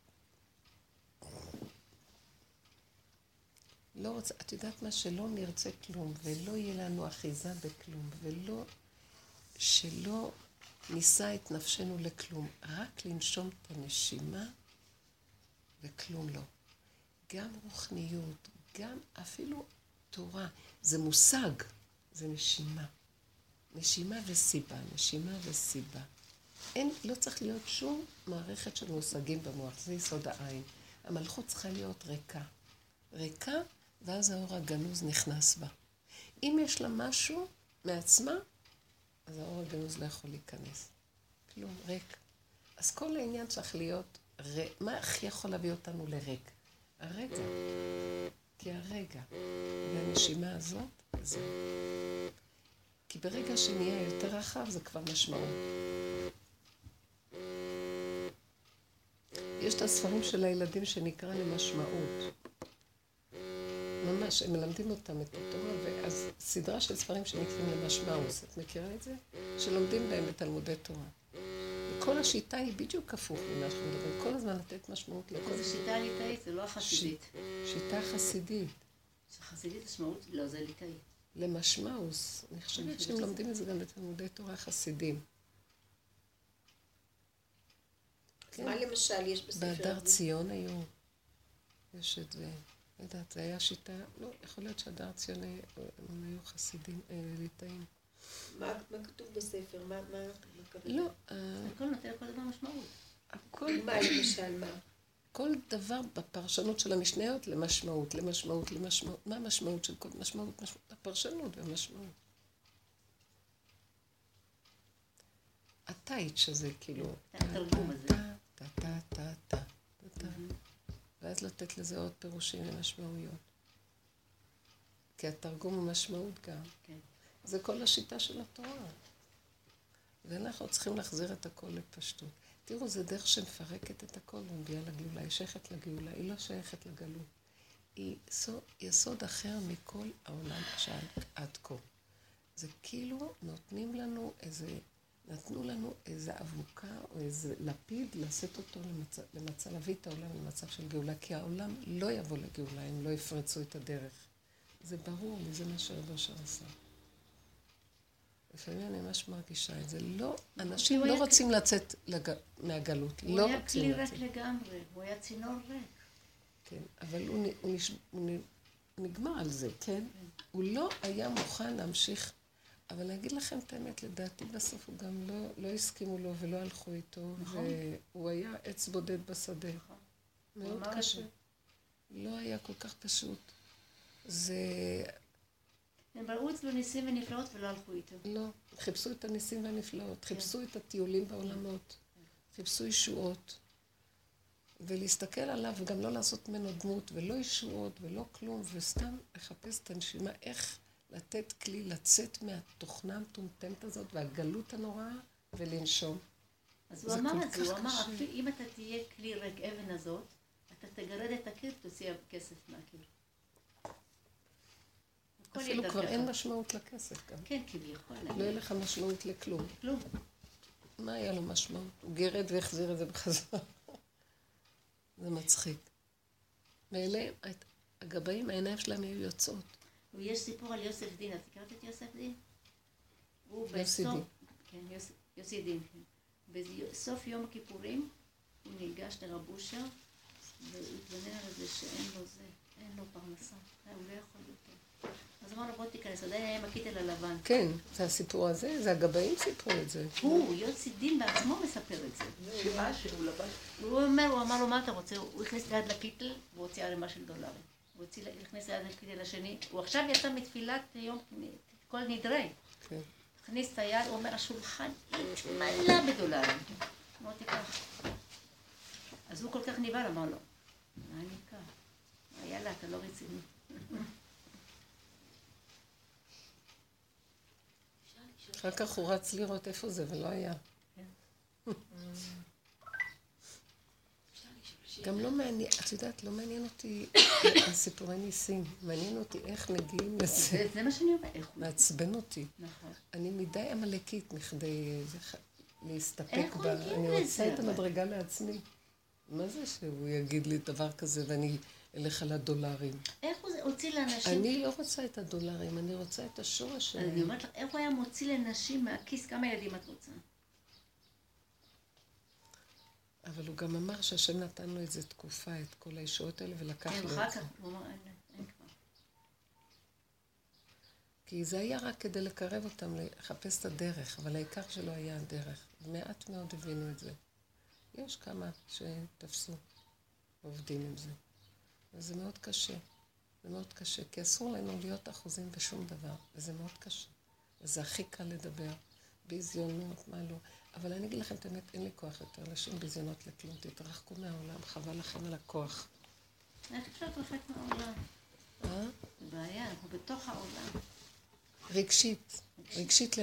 S1: לא רוצה, את יודעת מה? שלא נרצה כלום, ולא יהיה לנו אחיזה בכלום, שלא נישא את נפשנו לכלום, רק לנשום את הנשימה וכלום לא. גם רוחניות, גם אפילו תורה, זה מושג, זה נשימה. נשימה וסיבה, נשימה וסיבה. לא צריך להיות שום מערכת של מושגים במוח, זה יסוד העין. המלכות צריכה להיות ריקה. ריקה, ואז האור הגנוז נכנס בה. אם יש לה משהו מעצמה, אז האור הגנוז לא יכול להיכנס. כלום, ריק. אז כל העניין צריך להיות ריק. מה הכי יכול להביא אותנו לריק? הרגע. כי הרגע. והנשימה הזאת, זה. כי ברגע שנהיה יותר רחב, זה כבר משמעות. יש את הספרים של הילדים שנקרא למשמעות. ממש, הם מלמדים אותם את התורה, ואז סדרה של ספרים שנקראים למשמעות. את מכירה את זה? שלומדים בהם בתלמודי תורה. וכל השיטה היא בדיוק הפוך ממה שאנחנו מדברים. כל הזמן לתת משמעות לכל...
S6: זה שיטה ליטאית, זה לא החסידית.
S1: שיטה חסידית.
S6: חסידית משמעות? לא, זה ליטאי.
S1: למשמעוס. אני חושבת שהם לומדים את זה גם בתלמודי תורה חסידים.
S4: מה למשל יש בספר הזה?
S1: בהדר ציון היו. יש את זה. לא יודעת, זה היה שיטה, לא, יכול להיות שהדר ציון הם היו חסידים, ליטאים.
S4: מה כתוב בספר? מה כתוב?
S1: לא,
S6: הכל נותן לכל דבר משמעות.
S1: הכל...
S4: מה למשל, מה?
S1: כל דבר בפרשנות של המשניות למשמעות. מה המשמעות של כל משמעות? הפרשנות והמשמעות. הטייץ' הזה, כאילו,
S6: התרגום הזה.
S1: טה. ואז לתת לזה עוד פירושים ומשמעויות. כי התרגום הוא משמעות גם. זה כל השיטה של התורה. ואנחנו צריכים להחזיר את הכל לפשטות. תראו, זה דרך שמפרקת את הכל ומביאה לגאולה. היא שייכת לגאולה, היא לא שייכת לגלות. היא יסוד אחר מכל העולם שעד כה. זה כאילו נתנו לנו איזה אבוקה או איזה לפיד לשאת אותו להביא את העולם למצב של גאולה, כי העולם לא יבוא לגאולה אם לא יפרצו את הדרך. זה ברור לי, זה מה שרב אושר עשה. לפעמים אני ממש מרגישה את זה. לא, אנשים לא רוצים לצאת מהגלות.
S6: הוא היה כלי ריק לגמרי, הוא היה צינור ריק.
S1: כן, אבל הוא נגמר על זה, כן? הוא לא היה מוכן להמשיך, אבל אני אגיד לכם את האמת, לדעתי בסוף הוא גם לא הסכימו לו ולא הלכו איתו, והוא היה עץ בודד בשדה. מאוד קשה. לא היה כל כך פשוט.
S6: הם ראו אצלו ניסים ונפלאות ולא הלכו איתו.
S1: לא, חיפשו את הניסים והנפלאות, חיפשו את הטיולים בעולמות, חיפשו ישועות, ולהסתכל עליו וגם לא לעשות ממנו דמות, ולא ישועות ולא כלום, וסתם לחפש את הנשימה, איך לתת כלי לצאת מהתוכנה המטומטמת הזאת והגלות הנוראה ולנשום.
S6: אז הוא אמר את זה, הוא אמר, אם אתה תהיה כלי ריק אבן הזאת, אתה תגרד את הקיר, תוציא כסף מהקיר.
S1: אפילו כבר אין משמעות לכסף גם.
S6: כן, כביכול.
S1: לא יהיה לך משמעות לכלום.
S6: כלום.
S1: מה היה לו משמעות? הוא גרד והחזיר את זה בחזרה. זה מצחיק. ואלה, הגבאים, העיניים שלהם היו יוצאות.
S6: ויש סיפור על יוסף דין, את הכרת את יוסף דין?
S1: יוסי דין.
S6: כן, יוסי דין, כן. בסוף יום הכיפורים הוא ניגש לרב אושר, והוא התבונן על זה שאין לו זה, אין לו פרנסה. הוא לא יכול יותר. אז אמר לו, בוא תיכנס, עדיין היה עם הקיטל הלבן.
S1: כן, זה הסיפור הזה, זה הגבאים סיפרו את זה.
S6: הוא, יוסי דין בעצמו מספר את זה.
S3: שמה שהוא לבן?
S6: הוא אמר לו, מה אתה רוצה? הוא הכניס ליד לקיטל, הוא הוציא ערימה של דולרים. הוא הכניס ליד לקיטל השני. הוא עכשיו יצא מתפילת יום, כל נדרי.
S1: כן.
S6: הכניס את היד, הוא אומר, השולחן מלא בדולרים. אמרתי כך. אז הוא כל כך נבהל, אמר לו, מה אני כך? יאללה, אתה לא רציני.
S1: אחר כך הוא רץ לראות איפה זה, ולא היה. גם לא מעניין, את יודעת, לא מעניין אותי סיפורי ניסים. מעניין אותי איך מגיעים לזה.
S6: זה מה שאני אומרת.
S1: מעצבן אותי.
S6: נכון.
S1: אני מדי עמלקית מכדי להסתפק
S6: איך
S1: בה.
S6: מגיעים
S1: אני רוצה
S6: לזה,
S1: את המדרגה לעצמי. מה זה שהוא יגיד לי דבר כזה ואני אלך על הדולרים?
S6: איך הוא הוציא לאנשים?
S1: אני לא רוצה את הדולרים, אני רוצה את השורש שלהם.
S6: אני אומרת לך, איך הוא היה מוציא לנשים מהכיס? כמה ילדים את רוצה?
S1: אבל הוא גם אמר שהשם נתן לו איזו תקופה, את כל הישועות האלה, ולקח לו
S6: כן,
S1: את
S6: אחר
S1: זה.
S6: כך, הוא אמר, אין כבר.
S1: כי זה היה רק כדי לקרב אותם, לחפש את הדרך, אבל העיקר שלא היה הדרך. מעט מאוד הבינו את זה. יש כמה שתפסו, עובדים עם זה. וזה מאוד קשה. זה מאוד קשה, כי אסור לנו להיות אחוזים בשום דבר, וזה מאוד קשה. וזה הכי קל לדבר, ביזיונות, מה לא. אבל אני אגיד לכם, באמת, אין לי כוח יותר לשום ביזיונות לכלום. תתרחקו מהעולם, חבל לכם על הכוח.
S6: איך אפשר להתרחק מהעולם? זה בעיה, אנחנו בתוך העולם.
S1: רגשית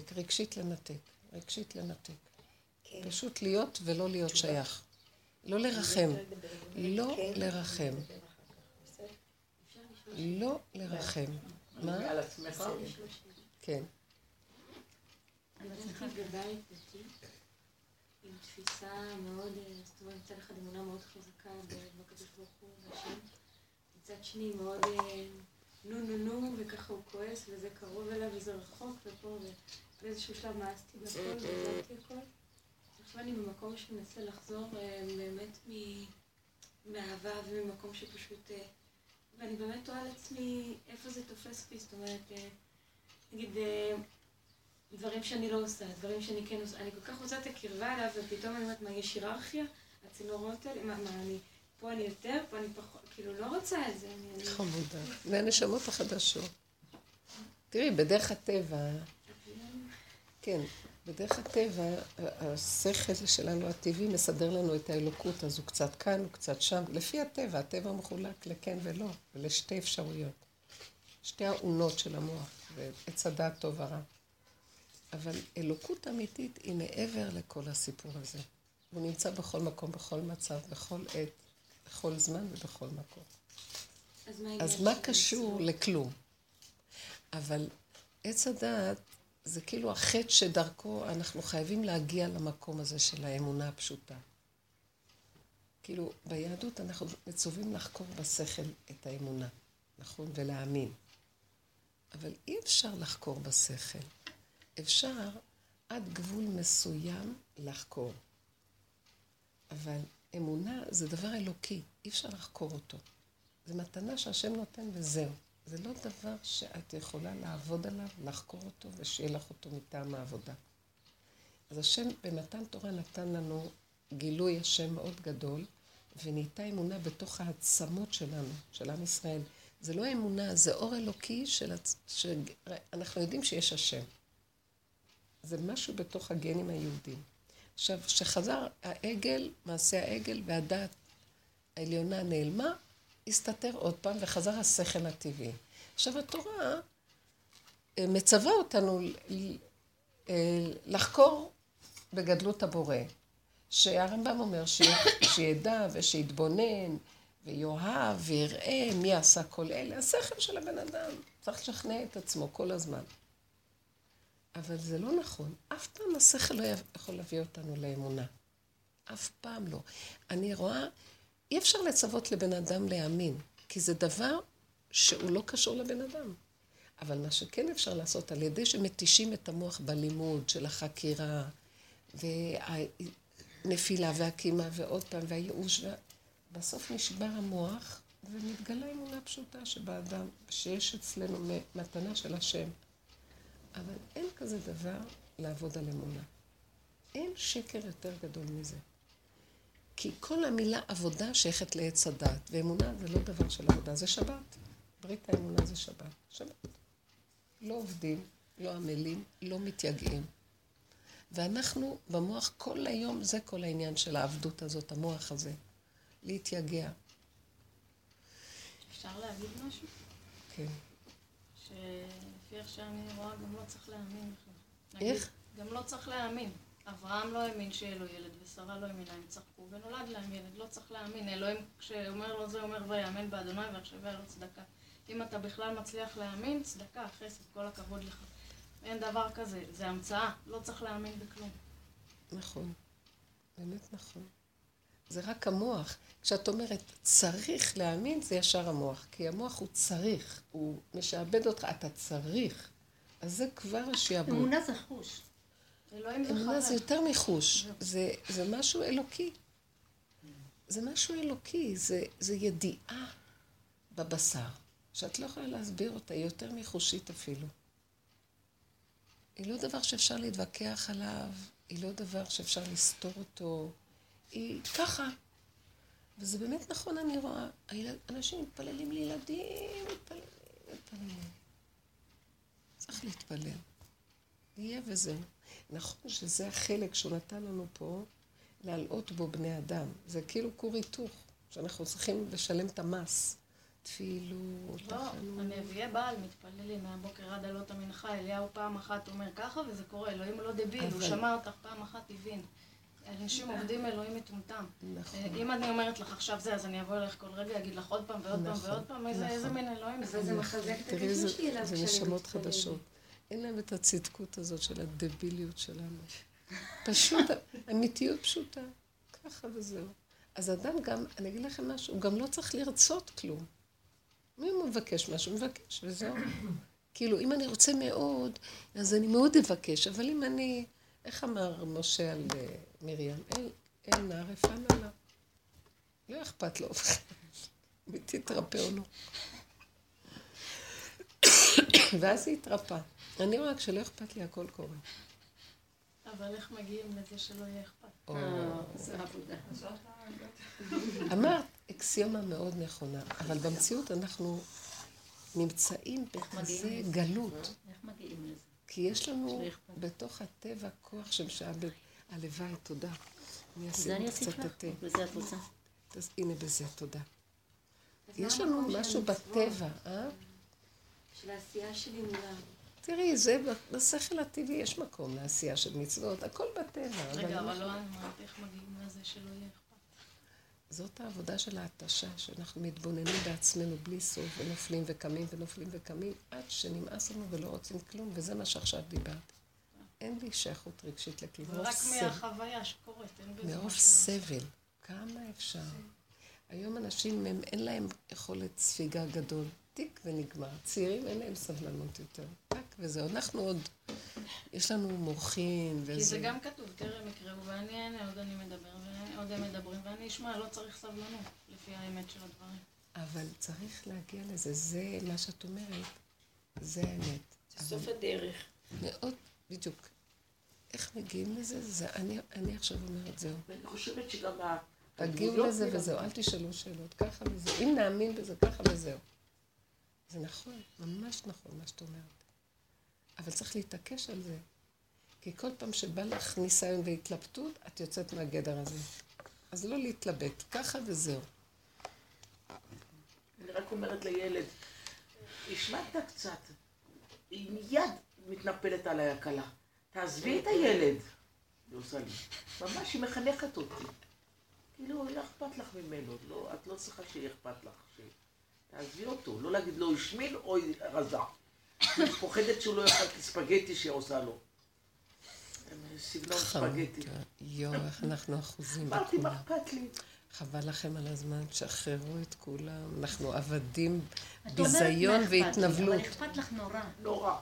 S1: לנתק. פשוט להיות ולא להיות שייך. לא לרחם. לא לרחם. לא לרחם. מה?
S3: על עצמך?
S1: כן.
S7: אני הייתי בבית דתי, עם תפיסה מאוד, זאת אומרת, מצד אחד אמונה מאוד חזקה בקדוש ברוך הוא והשם, מצד שני מאוד נו, וככה הוא כועס, וזה קרוב אליו, וזה רחוק, ופה, ובאיזשהו שלב מאסתי בכל, ועזרתי הכל. עכשיו אני במקום שמנסה לחזור באמת מאהבה וממקום שפשוט, ואני באמת תוהה על עצמי איפה זה תופס בי, זאת אומרת, נגיד, דברים שאני לא עושה, דברים שאני כן עושה, אני כל כך רוצה את הקרבה אליו, ופתאום אני אומרת, מה, יש היררכיה? הצינורות האלה, מה, אני פה אני יותר, פה אני פחות, כאילו לא רוצה את זה.
S1: חמודה. זה הנשמות החדשות. תראי, בדרך הטבע, כן, בדרך הטבע, השכל שלנו הטבעי מסדר לנו את האלוקות, אז הוא קצת כאן, הוא קצת שם. לפי הטבע, הטבע מחולק לכן ולא, ולשתי אפשרויות. שתי האונות של המוח, ועץ הדעת טוב ורע. אבל אלוקות אמיתית היא מעבר לכל הסיפור הזה. הוא נמצא בכל מקום, בכל מצב, בכל עת, בכל זמן ובכל מקום. אז מה קשור לכלום? אבל עץ הדעת זה כאילו החטא שדרכו אנחנו חייבים להגיע למקום הזה של האמונה הפשוטה. כאילו ביהדות אנחנו מצווים לחקור בשכל את האמונה, נכון? ולהאמין. אבל אי אפשר לחקור בשכל. אפשר עד גבול מסוים לחקור. אבל אמונה זה דבר אלוקי, אי אפשר לחקור אותו. זה מתנה שהשם נותן וזהו. זה לא דבר שאת יכולה לעבוד עליו, לחקור אותו ושיהיה לך אותו מטעם העבודה. אז השם במתן תורה נתן לנו גילוי השם מאוד גדול, ונהייתה אמונה בתוך העצמות שלנו, של עם ישראל. זה לא אמונה, זה אור אלוקי שאנחנו יודעים שיש השם. זה משהו בתוך הגנים היהודים. עכשיו, שחזר העגל, מעשה העגל והדעת העליונה נעלמה, הסתתר עוד פעם וחזר השכל הטבעי. עכשיו התורה מצווה אותנו לחקור בגדלות הבורא, שהרמב"ם אומר שידע ושיתבונן ויאהב ויראה מי עשה כל אלה. השכל של הבן אדם צריך לשכנע את עצמו כל הזמן. אבל זה לא נכון. אף פעם השכל לא יכול להביא אותנו לאמונה. אף פעם לא. אני רואה, אי אפשר לצוות לבן אדם להאמין, כי זה דבר שהוא לא קשור לבן אדם. אבל מה שכן אפשר לעשות, על ידי שמתישים את המוח בלימוד של החקירה, והנפילה והקימה ועוד פעם, והייאוש, בסוף נשבר המוח, ומתגלה אמונה פשוטה שבאדם, שיש אצלנו מתנה של השם. אבל אין כזה דבר לעבוד על אמונה. אין שקר יותר גדול מזה. כי כל המילה עבודה שייכת לעץ הדת, ואמונה זה לא דבר של עבודה, זה שבת. ברית האמונה זה שבת. שבת. לא עובדים, לא עמלים, לא מתייגעים. ואנחנו במוח כל היום, זה כל העניין של העבדות הזאת, המוח הזה. להתייגע.
S6: אפשר להגיד משהו?
S1: כן.
S6: שלפי איך שאני רואה, גם לא צריך להאמין בכלל.
S1: איך?
S6: גם לא צריך להאמין. אברהם לא האמין שיהיה לו ילד, ושרה לא האמינה, הם צחקו, ונולד להם ילד, לא צריך להאמין. אלוהים, כשאומר לו זה, אומר ויאמן באדוני ויחשביה לו צדקה. אם אתה בכלל מצליח להאמין, צדקה, חסד, כל הכבוד לך. אין דבר כזה, זה המצאה, לא צריך להאמין בכלום.
S1: נכון, באמת נכון. זה רק המוח. כשאת אומרת צריך להאמין, זה ישר המוח. כי המוח הוא צריך, הוא משעבד אותך, אתה צריך. אז זה כבר השיעבוד.
S6: אמונה זה חוש.
S1: אמונה זה יותר מחוש. זה משהו אלוקי. זה משהו אלוקי, זה ידיעה בבשר, שאת לא יכולה להסביר אותה, היא יותר מחושית אפילו. היא לא דבר שאפשר להתווכח עליו, היא לא דבר שאפשר לסתור אותו, היא ככה. וזה באמת נכון, אני רואה, אנשים מתפללים לילדים, מתפללים. צריך להתפלל. יהיה וזהו. נכון שזה החלק שהוא נתן לנו פה, להלאות בו בני אדם. זה כאילו כור היתוך, שאנחנו צריכים לשלם את המס. תפילו, תחנו.
S6: הנביאי בעל מתפללים מהבוקר עד עלות המנחה, אליהו פעם אחת אומר ככה וזה קורה, אלוהים לא דביל, הוא שמע אותך פעם אחת הבין. אנשים עובדים אלוהים מטומטם. אם אני אומרת לך עכשיו זה, אז אני אבוא אליך כל רגע, אגיד לך עוד פעם ועוד פעם ועוד פעם, איזה מין אלוהים זה.
S4: זה מחזק את הקשר שלי אליו
S1: זה נשמות חדשות. אין להם את הצדקות הזאת של הדביליות שלנו. פשוט, אמיתיות פשוטה. ככה וזהו. אז אדם גם, אני אגיד לכם משהו, הוא גם לא צריך לרצות כלום. מי הוא מבקש משהו? הוא מבקש וזהו. כאילו, אם אני רוצה מאוד, אז אני מאוד אבקש. אבל אם אני, איך אמר משה על מרים? אל נער הפעם לה. לא אכפת לו. מי תתרפא או לא. ואז היא התרפא. אני רואה, כשלא אכפת לי, הכל קורה.
S6: אבל איך מגיעים לזה שלא יהיה אכפת?
S1: או...
S6: זה עבודה.
S1: אמרת, אקסיומה מאוד נכונה, אבל במציאות אנחנו נמצאים בכזה גלות.
S6: איך מגיעים לזה?
S1: כי יש לנו בתוך הטבע כוח שמשעבד. הלוואי, תודה. אני אשים קצת את...
S6: וזה את רוצה?
S1: הנה בזה, תודה. יש לנו משהו בטבע,
S7: של העשייה שלי מולה.
S1: תראי, זה בשכל הטבעי יש מקום לעשייה של מצוות, הכל בטבע.
S8: רגע, אבל לא אמרת איך מגיעים לזה שלא יהיה אכפת.
S1: זאת העבודה של ההתשה, שאנחנו מתבוננים בעצמנו בלי סוף, ונופלים וקמים ונופלים וקמים, עד שנמאס לנו ולא רוצים כלום, וזה מה שעכשיו דיברתי. אין לי שייכות רגשית לכלום.
S8: רק מהחוויה שקורית, אין בזה משהו.
S1: מרוב סבל, כמה אפשר. היום אנשים אין להם יכולת ספיגה גדול, תיק ונגמר. צעירים אין להם סבלנות יותר. רק וזהו, אנחנו עוד, יש לנו מוחין וזה.
S8: כי זה גם כתוב, תראה מקראו ואני אענה, עוד אני מדבר, ועוד הם מדברים, ואני אשמע, לא צריך סבלנות, לפי האמת של הדברים.
S1: אבל צריך להגיע לזה, זה מה שאת אומרת, זה האמת.
S4: זה סוף הדרך.
S1: מאוד, בדיוק. איך מגיעים לזה? זה, אני עכשיו אומרת, זהו.
S3: ואני חושבת שגם
S1: תגיעו לזה וזהו, אל תשאלו שאלות, ככה וזהו. אם נאמין בזה, ככה וזהו. זה נכון, ממש נכון מה שאת אומרת. אבל צריך להתעקש על זה. כי כל פעם שבא לך ניסיון והתלבטות, את יוצאת מהגדר הזה. אז לא להתלבט, ככה וזהו.
S3: אני רק אומרת לילד, השמעת קצת, היא מיד מתנפלת עליי הקלה. תעזבי את הילד. היא עושה לי. ממש היא מחנכת אותי. כאילו, לא אכפת לך ממנו, לא, את לא צריכה שיהיה אכפת לך. תעזבי אותו, לא להגיד לו השמין או רזה. היא פוחדת שהוא לא יאכל ספגטי שהיא עושה לו. סגנון ספגטי.
S1: יואו, איך אנחנו אחוזים
S3: אמרתי,
S1: בכולם.
S3: מה אכפת לי?
S1: חבל לכם על הזמן, שחררו את כולם. אנחנו עבדים, ביזיון והתנבלות.
S6: אבל אכפת לך נורא.
S3: נורא.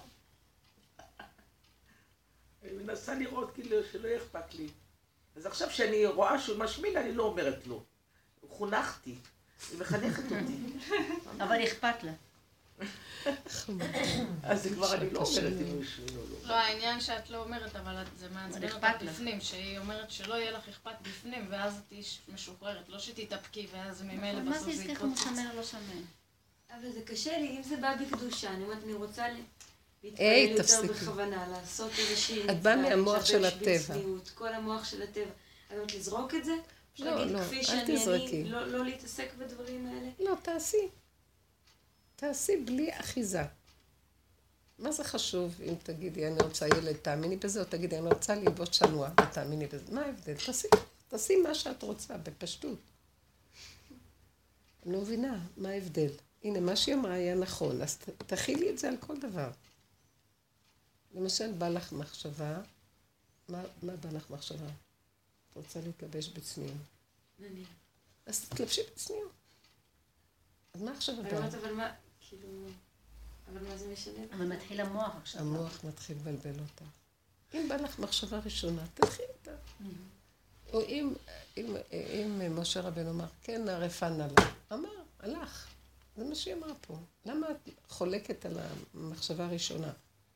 S3: אני מנסה לראות כאילו שלא יהיה אכפת לי. אז עכשיו שאני רואה שהוא משמין, אני לא אומרת לו. חונכתי. היא מחנכת אותי.
S6: אבל אכפת לה.
S3: אז זה כבר אני לא אומרת אם הוא השמין או לא.
S8: לא, העניין שאת לא אומרת, אבל זה מעצבן אותך
S6: אכפת לך.
S8: בפנים, שהיא אומרת שלא יהיה לך אכפת בפנים, ואז את תהיי משוחררת, לא שתתאפקי, ואז ממילא
S6: מה
S8: בסוף
S6: זה
S8: זה
S6: יזכך
S8: יתפוצץ.
S6: משמר לא שמר?
S7: אבל זה קשה לי, אם זה בא בקדושה, אני אומרת, אני רוצה להתפעל יותר
S1: תפסיקי.
S7: בכוונה, לעשות איזושהי...
S1: את באה מהמוח של
S7: להתלבש
S1: הטבע.
S7: בצניעות, כל המוח של הטבע. אז את לזרוק את זה?
S1: לא,
S7: להגיד
S1: לא,
S7: כפי
S1: אל
S7: שאני,
S1: תזרקי.
S7: לא להתעסק בדברים האלה?
S1: לא, תעשי. תעשי בלי אחיזה. מה זה חשוב אם תגידי, אני רוצה ילד, תאמיני בזה, או תגידי, אני רוצה ללבוש צנוע, ותאמיני בזה. מה ההבדל? תעשי מה שאת רוצה, בפשטות. אני לא מבינה, מה ההבדל? הנה, מה שהיא אמרה היה נכון, אז תכילי את זה על כל דבר. למשל, בא לך מחשבה, מה בא לך מחשבה? את רוצה להתלבש בצניעות.
S7: נניח.
S1: אז תתלבשי בצניעות. אז מה עכשיו
S7: אני
S1: הבא?
S7: אומרת, אבל מה, כאילו... אבל מה זה משנה?
S6: אבל מתחיל המוח עכשיו.
S1: המוח מתחיל לבלבל אותה. אם בא לך מחשבה ראשונה, תלכי איתה. או אם משה רבנו אמר, כן, הרפן עלה. אמר, הלך. זה מה שהיא אמרה פה. למה את חולקת על המחשבה הראשונה?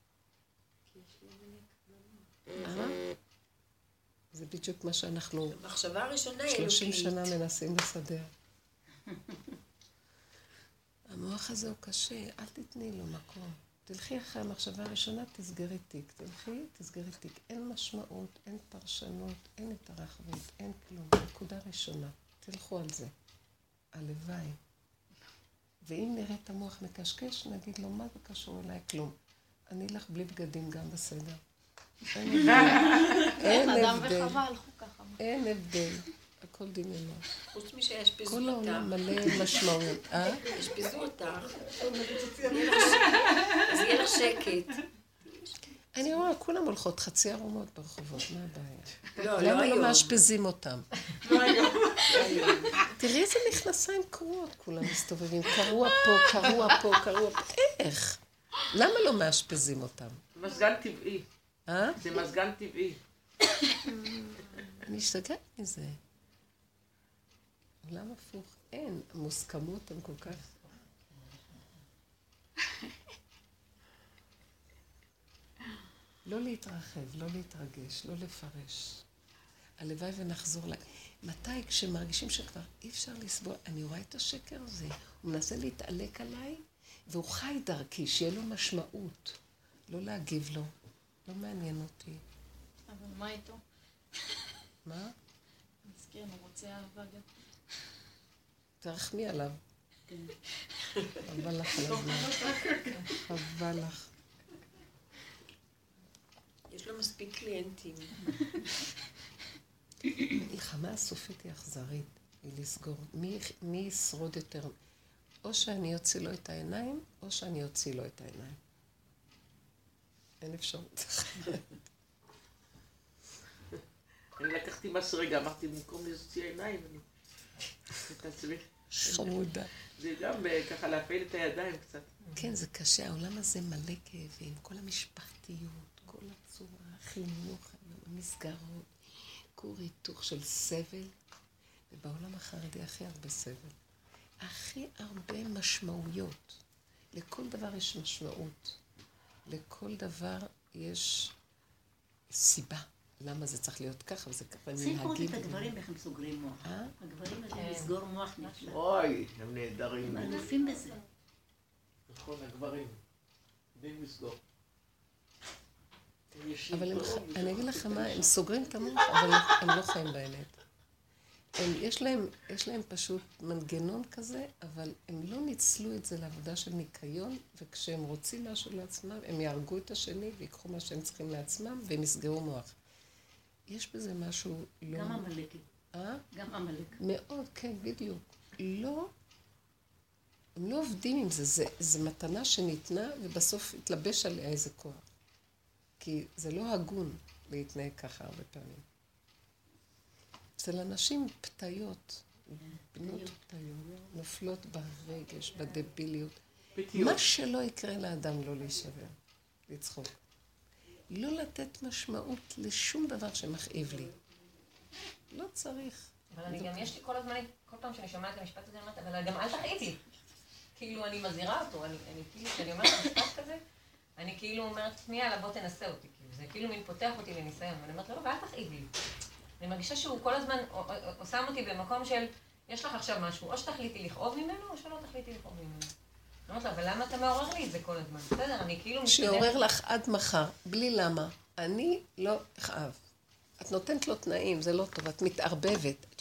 S1: זה בדיוק מה שאנחנו
S4: המחשבה הראשונה היא
S1: 30
S4: אלוקית.
S1: שנה מנסים לסדר. המוח הזה הוא קשה, אל תתני לו מקום. תלכי אחרי המחשבה הראשונה, תסגרי תיק. תסגרי תיק. אין משמעות, אין פרשנות, אין התרחבות, אין כלום. נקודה ראשונה. תלכו על זה. הלוואי. ואם נראה את המוח מקשקש, נגיד לו, מה זה קשור אליי? כלום. אני אלך בלי בגדים גם בסדר. אין
S8: אדם
S1: הבדל.
S8: וחווה הלכו ככה.
S1: אין הבדל. הכל דמיונות.
S4: חוץ משיאשפזו
S1: כל
S4: אותך.
S1: העולם מלא משמעות.
S4: יאשפזו אותך. אז יהיה לך שקט.
S1: אני רואה, כולם הולכות חצי ערומות ברחובות, מה הבעיה?
S4: לא,
S1: למה
S4: לא
S1: לא
S4: היום.
S1: מאשפזים אותם?
S4: לא היום.
S1: תראי איזה מכנסיים קרועות כולם מסתובבים. קרוע פה, קרוע פה, קרוע פה. איך? למה לא מאשפזים אותם?
S3: מזגן טבעי. זה מזגן טבעי.
S1: אני אשתגעת מזה. למה הפוך? אין. המוסכמות הן כל כך... לא להתרחב, לא להתרגש, לא לפרש. הלוואי ונחזור לה. מתי? כשמרגישים שכבר אי אפשר לסבול, אני רואה את השקר הזה, הוא מנסה להתעלק עליי, והוא חי דרכי, שיהיה לו משמעות. לא להגיב לו, לא מעניין אותי.
S8: אבל מה איתו?
S1: מה?
S8: מזכיר, הוא רוצה אהבה גם.
S1: תרחמי עליו. חבל לך על הזמן. חבל לך.
S4: יש לו מספיק קליינטים.
S1: מלחמה הסופית היא אכזרית, היא לסגור. מי ישרוד יותר? או שאני אוציא לו את העיניים, או שאני אוציא לו את העיניים. אין אפשרות.
S3: אני לקחתי משהו רגע, אמרתי, במקום להוציא עיניים, אני את עצמי.
S1: חמודה.
S3: זה גם ככה להפעיל את הידיים קצת.
S1: כן, זה קשה. העולם הזה מלא כאבים. כל המשפחתיות, כל הצורה, החינוך, המסגרות, כור היתוך של סבל. ובעולם החרדי הכי הרבה סבל. הכי הרבה משמעויות. לכל דבר יש משמעות. לכל דבר יש סיבה. למה זה צריך להיות ככה וזה ככה.
S6: צריך לראות את הגברים איך הם סוגרים מוח. הגברים יודעים לסגור מוח נפלא.
S3: אוי, הם נהדרים.
S6: הם אלופים בזה.
S3: נכון, הגברים. יודעים לסגור.
S1: אבל אני אגיד לך מה, הם סוגרים את המוח, אבל הם לא חיים באמת. יש להם פשוט מנגנון כזה, אבל הם לא ניצלו את זה לעבודה של ניקיון, וכשהם רוצים משהו לעצמם, הם יהרגו את השני ויקחו מה שהם צריכים לעצמם, והם יסגרו מוח. יש בזה משהו לא...
S6: גם עמלק. גם עמלק.
S1: מאוד, כן, בדיוק. לא... הם לא עובדים עם זה, זה מתנה שניתנה, ובסוף התלבש עליה איזה כוח. כי זה לא הגון להתנהג ככה הרבה פעמים. אצל אנשים פתאיות, בנות פתאיות, נופלות ברגש, בדביליות. מה שלא יקרה לאדם לא להישבר, לצחוק. לא לתת משמעות לשום דבר שמכאיב לי. לא צריך.
S2: אבל אני גם, יש לי כל הזמן, כל פעם שאני שומעת את המשפט הזה, אני אומרת, אבל גם אל תכאיב לי. כאילו, אני מזהירה אותו, אני כאילו, כשאני אומרת משפט כזה, אני כאילו אומרת, מי יאללה, בוא תנסה אותי. זה כאילו מין פותח אותי לניסיון, ואני אומרת, לא, ואל תכאיב לי. אני מרגישה שהוא כל הזמן שם אותי במקום של, יש לך עכשיו משהו, או שתחליטי לכאוב ממנו, או שלא תחליטי לכאוב ממנו. אני אומרת לו, אבל למה אתה מעורר לי את זה כל הזמן? בסדר, אני כאילו מתקדמת.
S1: שיעורר לך עד מחר, בלי למה. אני לא אכאב. את נותנת לו תנאים, זה לא טוב, את מתערבבת.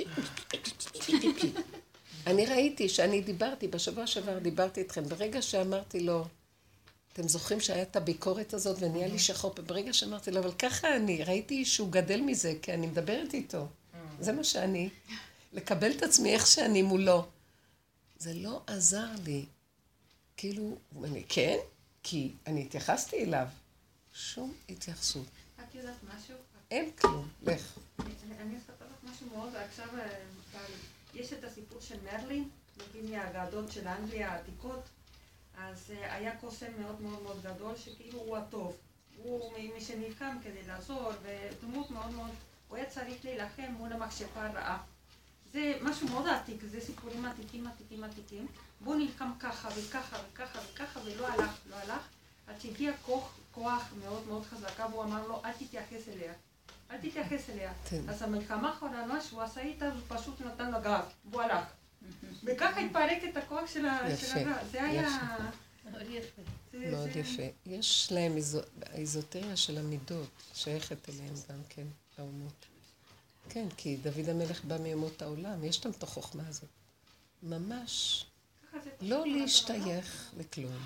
S1: אני ראיתי שאני דיברתי, בשבוע שעבר דיברתי איתכם, ברגע שאמרתי לו, אתם זוכרים שהיה את הביקורת הזאת ונהיה לי שחור, ברגע שאמרתי לו, אבל ככה אני, ראיתי שהוא גדל מזה, כי אני מדברת איתו. זה מה שאני, לקבל את עצמי איך שאני מולו. זה לא עזר לי. כאילו, אני כן, כי אני התייחסתי אליו. שום התייחסות.
S4: את יודעת משהו?
S1: אין כלום, לך.
S4: אני אספר לך משהו מאוד, עכשיו יש את הסיפור של מרלין, נגיד מהאגדות של אנגליה העתיקות, אז היה קוסם מאוד מאוד מאוד גדול, שכאילו הוא הטוב. הוא מי שנלחם כדי לעזור, ודמות מאוד מאוד, הוא היה צריך להילחם מול המכשפה הרעה. זה משהו מאוד עתיק, זה סיפורים עתיקים. בוא נלחם ככה וככה וככה וככה, ולא הלך. עד שהגיע כוח מאוד מאוד חזקה, והוא אמר לו, אל תתייחס אליה. אז המלחמה האחרונה שהוא עשה איתה, הוא פשוט נתן לה גב, והוא הלך. וככה התפרק את הכוח של הגב. זה היה...
S6: מאוד יפה.
S1: מאוד יפה. יש להם האיזוטריה של המידות, שייכת אליהם גם כן, האומות. כן, כי דוד המלך בא מאומות העולם, יש להם את החוכמה הזאת. ממש לא להשתייך לכלום.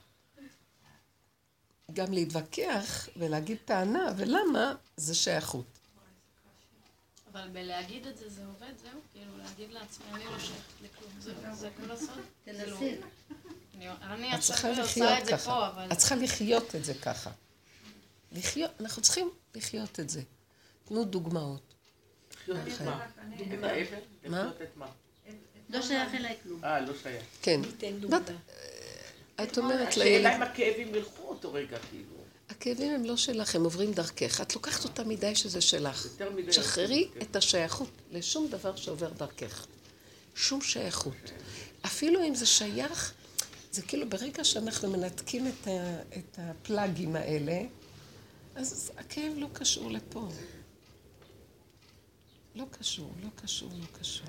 S1: גם להתווכח ולהגיד טענה, ולמה זה שייכות.
S8: אבל בלהגיד את זה, זה עובד, זהו? כאילו, להגיד לעצמי, אני לא שייכת לכלום. זה כל הסוד.
S6: תנסי.
S8: אני
S1: את צריכה
S8: עכשיו
S1: לחיות
S8: עושה את זה
S1: ככה.
S8: פה, אבל...
S1: את צריכה לחיות את זה ככה. אנחנו צריכים לחיות את זה. תנו דוגמאות.
S3: לחיות את מה? את האבן? לחיות את מה?
S6: לא שייך אליי כלום.
S3: לא שייך.
S1: כן.
S4: ניתן דוגמה.
S1: את אומרת
S3: השאלה
S1: לילד...
S3: אם הכאבים ילכו אותו רגע, כאילו.
S1: הכאבים הם לא שלך, הם עוברים דרכך. את לוקחת אותם מדי שזה שלך.
S3: יותר מדי.
S1: שחררי את השייכות לשום דבר שעובר דרכך. שום שייכות. אפילו אם זה שייך, זה כאילו ברגע שאנחנו מנתקים את הפלאגים האלה, אז הכאב לא קשור לפה. לא קשור, לא קשור, לא קשור.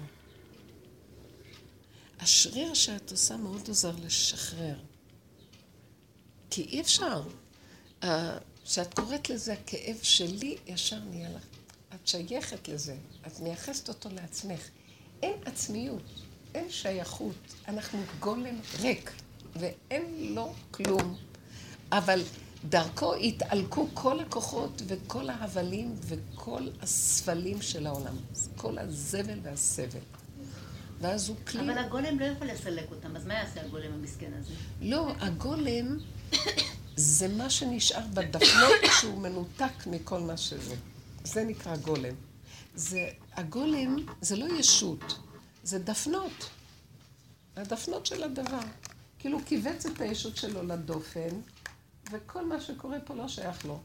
S1: השריר שאת עושה מאוד עוזר לשחרר. כי אי אפשר. כשאת קוראת לזה הכאב שלי, ישר נהיה לך. את שייכת לזה, את מייחסת אותו לעצמך. אין עצמיות, אין שייכות. אנחנו גולם ריק, ואין לו כלום. אבל דרכו התעלקו כל הכוחות וכל ההבלים וכל הספלים של העולם. כל הזבל והסבל. ואז הוא כלי.
S6: אבל הגולם לא יכול לסלק אותם, אז מה יעשה הגולם המסכן הזה?
S1: לא, הגולם זה מה שנשאר בדפנות שהוא מנותק מכל מה שזה. זה נקרא גולם. הגולם זה לא ישות, זה דפנות. הדפנות של הדבר. כאילו הוא קיבץ את הישות שלו לדופן, וכל מה שקורה פה לא שייך לו.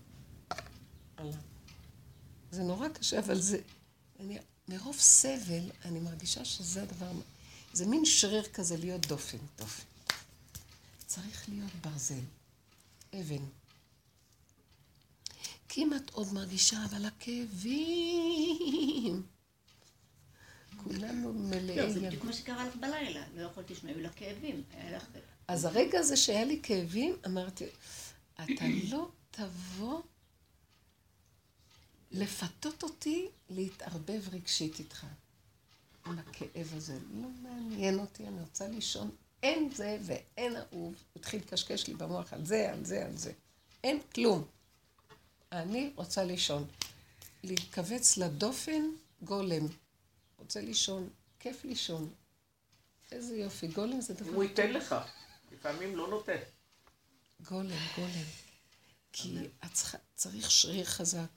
S1: זה נורא קשה, אבל זה... מרוב סבל, אני מרגישה שזה הדבר... זה מין שריר כזה להיות דופן. צריך להיות ברזל, אבן. כי אם את עוד מרגישה, אבל הכאבים... כולנו מלאים...
S6: לא, זה בדיוק מה שקרה לך בלילה. לא יכולתי לשמוע לה כאבים.
S1: אז הרגע הזה שהיה לי כאבים, אמרתי, אתה לא תבוא לפתות אותי להתערבב רגשית איתך. עם הכאב הזה. לא מעניין אותי, אני רוצה לישון. אין זה ואין אהוב. התחיל לקשקש לי במוח על זה, על זה, על זה. אין כלום. אני רוצה לישון. להתכווץ לדופן, גולם. רוצה לישון, כיף לישון. איזה יופי, גולם זה דבר...
S3: הוא ייתן לך, לפעמים לא נותן.
S1: גולם. כי צריך שריר חזק.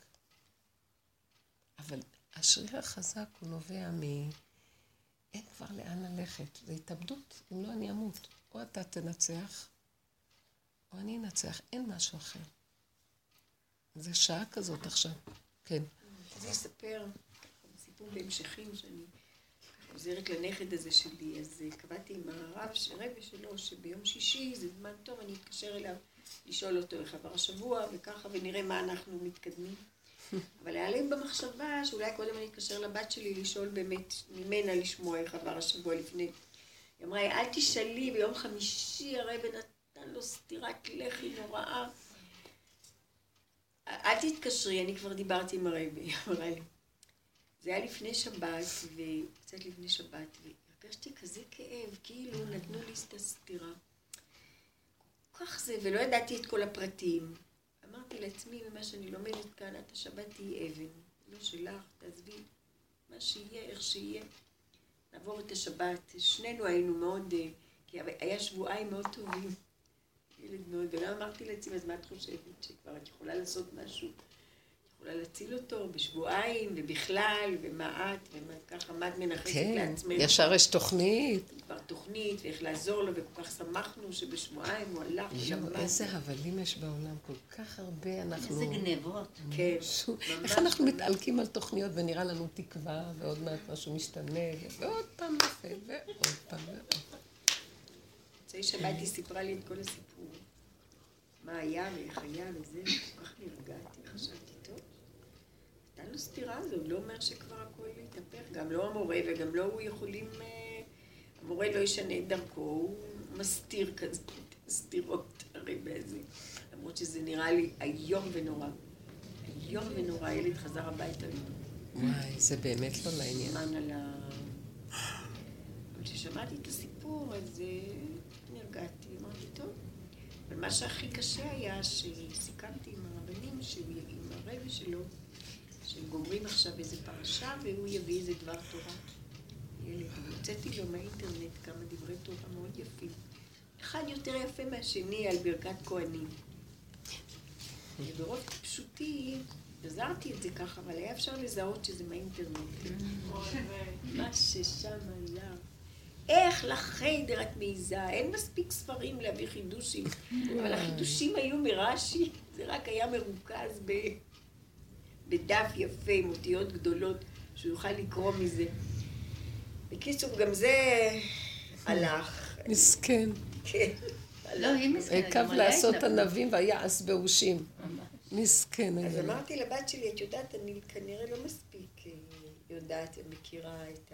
S1: אבל השריר החזק הוא נובע אין כבר לאן ללכת. זה התאבדות, אם לא אני אמות. או אתה תנצח, או אני אנצח. אין משהו אחר. זה שעה כזאת עכשיו. כן.
S9: אני אספר סיפור בהמשכים שאני חוזרת לנכד הזה שלי. אז קבעתי עם הרב שלו שביום שישי זה זמן טוב, אני אתקשר אליו לשאול אותו איך עבר השבוע וככה ונראה מה אנחנו מתקדמים. אבל היה לי במחשבה שאולי קודם אני אתקשר לבת שלי לשאול באמת ממנה לשמוע איך עבר השבוע לפני. היא אמרה, אל תשאלי, ביום חמישי הרב נתן לו סטירת לחי נוראה. אל תתקשרי, אני כבר דיברתי עם הרב, היא אמרה לי. זה היה לפני שבת, וקצת לפני שבת, והרגשתי כזה כאב, כאילו נתנו לי את הסטירה. כך זה, ולא ידעתי את כל הפרטים. אמרתי לעצמי, ממה שאני לומדת כאן, את השבת תהי אבן, לא שלך, תעזבי, מה שיהיה, איך שיהיה. נעבור את השבת, שנינו היינו מאוד, כי היה שבועיים מאוד טובים, ילד מאוד, וגם אמרתי לעצמי, אז מה את חושבת, שכבר את יכולה לעשות משהו, יכולה להציל אותו בשבועיים, ובכלל, ומה את, וככה מה את מנחשת לעצמך.
S1: כן, ישר יש תוכנית.
S9: כבר תוכנית, ואיך לעזור לו, וכל כך שמחנו שבשבועיים הוא הלך ולמד.
S1: איזה הבלים יש בעולם, כל כך הרבה אנחנו...
S6: איזה גנבות.
S9: כן.
S1: איך אנחנו מתעלקים על תוכניות ונראה לנו תקווה, ועוד מעט משהו משתנה, ועוד פעם נפל, ועוד פעם ועוד.
S9: מוצאי שבת היא סיפרה לי את כל הסיפור. מה היה ואיך היה וזה, כל כך נרגעתי, חשבתי טוב. נתן לו סתירה, זה עוד לא אומר שכבר הכל יתהפך, גם לא המורה וגם לא הוא יכולים... המורה לא ישנה את דרכו, הוא מסתיר כזה, סתירות הרי באיזה. למרות שזה נראה לי איום ונורא. איום ונורא, הילד חזר הביתה.
S1: וואי, זה באמת לא לעניין.
S9: זמן על ה... אבל כששמעתי את הסיפור, אז נרגעתי, אמרתי, טוב. אבל מה שהכי קשה היה שסיכמתי עם הרבנים, עם הרבי שלו, שהם גומרים עכשיו איזה פרשה, והוא יביא איזה דבר תורה. ילד, הוצאתי לו מהאינטרנט כמה דברי תורה מאוד יפים. אחד יותר יפה מהשני על ברכת כהנים. וברוב פשוטי, עזרתי את זה ככה, אבל היה אפשר לזהות שזה מהאינטרנט. מה ששם היה. איך לחיידר את מעיזה? אין מספיק ספרים להביא חידושים. אבל החידושים היו מרש"י, זה רק היה מרוכז בדף יפה, עם אותיות גדולות, שהוא יוכל לקרוא מזה. בקיצור, גם זה הלך.
S1: מסכן.
S9: כן.
S6: לא, היא מסכנת.
S1: קו לעשות ענבים ויעש באושים. מסכן.
S9: אז אמרתי לבת שלי, את יודעת, אני כנראה לא מספיק יודעת, מכירה את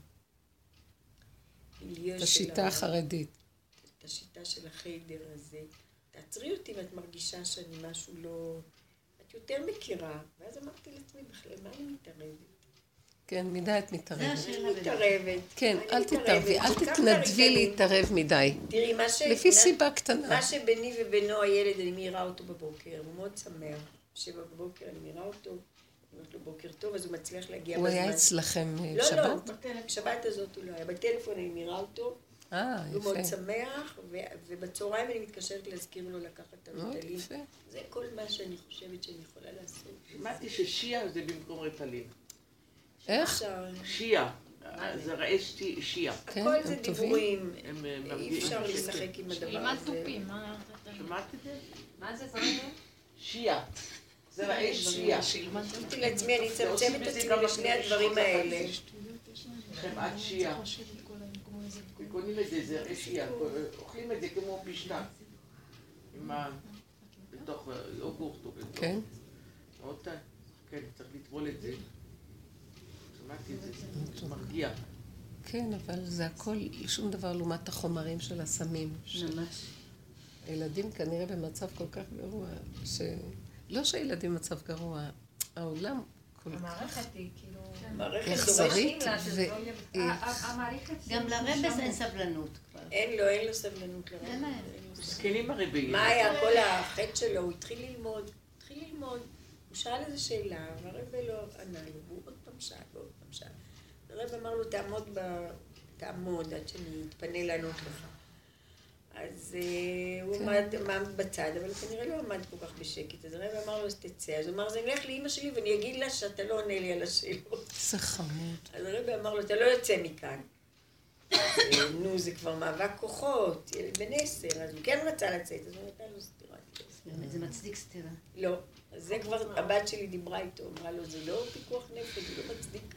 S9: המיליון
S1: את השיטה החרדית.
S9: את השיטה של החיידר הזה. תעצרי אותי ואת מרגישה שאני משהו לא... את יותר מכירה. ואז אמרתי לעצמי בכלל, מה אני מתערבת?
S1: כן, מדי את מתערבת.
S9: אני מתערבת.
S1: כן, אל תתערבי, אל תתנדבי להתערב מדי.
S9: תראי,
S1: לפי סיבה קטנה.
S9: מה שביני ובינו הילד, אני מעירה אותו בבוקר, הוא מאוד שמח. 7 בבוקר אני מעירה אותו, אני אומרת לו בוקר טוב, אז הוא מצליח להגיע בזמן.
S1: הוא היה אצלכם
S9: שבת?
S1: לא,
S9: בשבת הזאת הוא לא היה. בטלפון אני מעירה אותו, הוא מאוד שמח, ובצהריים אני מתקשרת להזכיר לו לקחת את הריטלין. זה כל מה שאני חושבת שאני יכולה לעשות.
S3: שמעתי ששיעה זה במקום ריטלין.
S1: איך?
S3: שיעה. זה ראה שיעה.
S9: הכל זה דיבורים, אי אפשר לשחק עם הדבר הזה.
S8: שילמד תופים, מה?
S3: שמעת את זה?
S2: מה זה זרעים?
S3: שיעה. זה ראה שיעה.
S9: אמרתי לעצמי, אני אצמצם את עצמי לשני הדברים האלה.
S3: חמאת שיעה. קונים את זה, זה ראה שיעה. אוכלים את זה כמו פשטה. בתוך יוגורט או בתוך...
S1: כן?
S3: מאוד טוב. כן, צריך לטבול את זה. שמעתי את זה, זה מרגיע.
S1: כן, אבל זה הכל, שום דבר לעומת החומרים של הסמים.
S6: ממש.
S1: הילדים כנראה במצב כל כך גרוע, לא שהילדים במצב גרוע, העולם כל כך
S2: המערכת היא כאילו...
S1: אכזרית,
S6: גם לרבס אין סבלנות כבר.
S9: אין לו סבלנות לרבס.
S3: זקנים הרביעים.
S9: מה היה כל החטא שלו? הוא התחיל ללמוד. הוא שאל איזו שאלה, והרב לא ענה לו, והוא עוד פעם שאל ועוד פעם שאל. הרב אמר לו, תעמוד עד שאני אתפנה לענות לך. אז הוא עמד בצד, אבל כנראה לא עמד כל כך בשקט. אז הרב אמר לו, אז תצא. אז הוא אמר, אז אני אלך לאמא שלי ואני אגיד לה שאתה לא עונה לי על השאלות.
S1: זה חמוד.
S9: אז הרב אמר לו, אתה לא יוצא מכאן. נו, זה כבר מאבק כוחות, ילד בן 10, אז הוא כן רצה לצאת, אז הוא נתן לו סתירה.
S6: זה מצדיק סתירה.
S9: לא. אז זה כבר, הבת שלי דיברה איתו, אמרה לו, זה לא פיקוח נפש, זה לא מצדיק.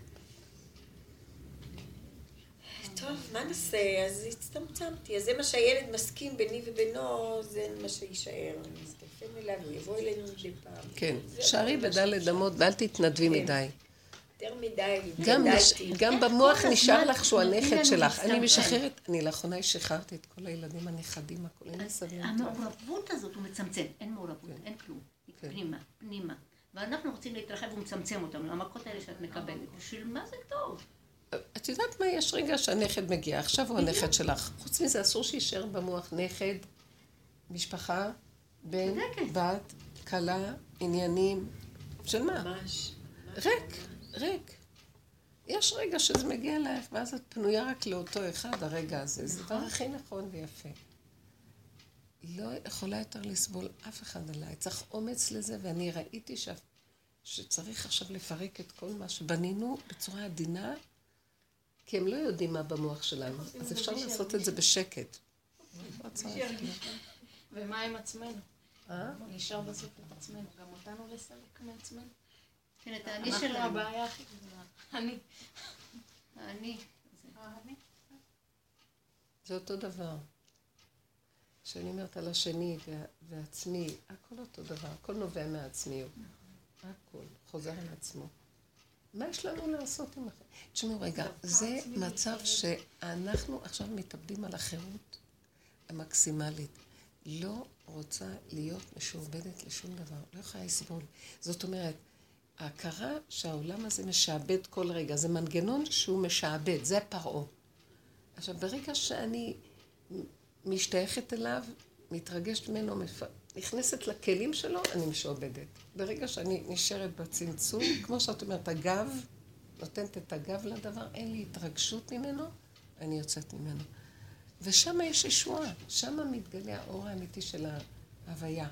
S9: טוב, מה נעשה? אז הצטמצמתי. אז זה מה שהילד מסכים ביני ובינו, זה מה שישאר. אני אסתפן אליו, הוא יבוא אלינו מדי פעם.
S1: כן, שערי בדלת אמות ואל תתנדבי מדי.
S9: יותר מדי,
S1: גם במוח נשאר לך שהוא הנכד שלך. אני משחררת, אני לאחרונה שחררתי את כל הילדים הנכדים, הכל אין סבלנות.
S6: המעורבות הזאת הוא מצמצם, אין מעורבות, אין כלום. פנימה. ואנחנו רוצים להתרחב ומצמצם אותם, למכות האלה שאת מקבלת. בשביל מה זה טוב?
S1: את יודעת מה? יש רגע שהנכד מגיע, עכשיו הוא הנכד שלך. חוץ מזה, אסור שישאר במוח נכד, משפחה, בן, בת, כלה, עניינים. של מה?
S9: ממש.
S1: ריק. יש רגע שזה מגיע אלייך, ואז את פנויה רק לאותו אחד, הרגע הזה. זה דבר הכי נכון ויפה. לא יכולה יותר לסבול אף אחד עליי. צריך אומץ לזה, ואני ראיתי שצריך עכשיו לפרק את כל מה שבנינו בצורה עדינה, כי הם לא יודעים מה במוח שלנו. אז אפשר לעשות את זה בשקט.
S8: ומה עם עצמנו? נשאר בסוף את עצמנו. גם אותנו לסלק מעצמנו.
S6: כן, את האני שלנו.
S8: אנחנו הבעיה הכי גדולה.
S6: אני.
S1: זה אותו דבר. כשאני אומרת על השני ועצמי, הכל אותו דבר, הכל נובע מעצמיות. הכל חוזר על עצמו. מה יש לנו לעשות עם אחר? תשמעו רגע, זה מצב שאנחנו עכשיו מתאבדים על החירות המקסימלית. לא רוצה להיות משועבדת לשום דבר, לא יכולה לסבול. זאת אומרת, ההכרה שהעולם הזה משעבד כל רגע, זה מנגנון שהוא משעבד, זה פרעה. עכשיו, ברגע שאני משתייכת אליו, מתרגשת ממנו, נכנסת לכלים שלו, אני משועבדת. ברגע שאני נשארת בצמצום, כמו שאת אומרת, הגב, נותנת את הגב לדבר, אין לי התרגשות ממנו, אני יוצאת ממנו. ושם יש ישועה, שם מתגלה האור האמיתי של ההוויה.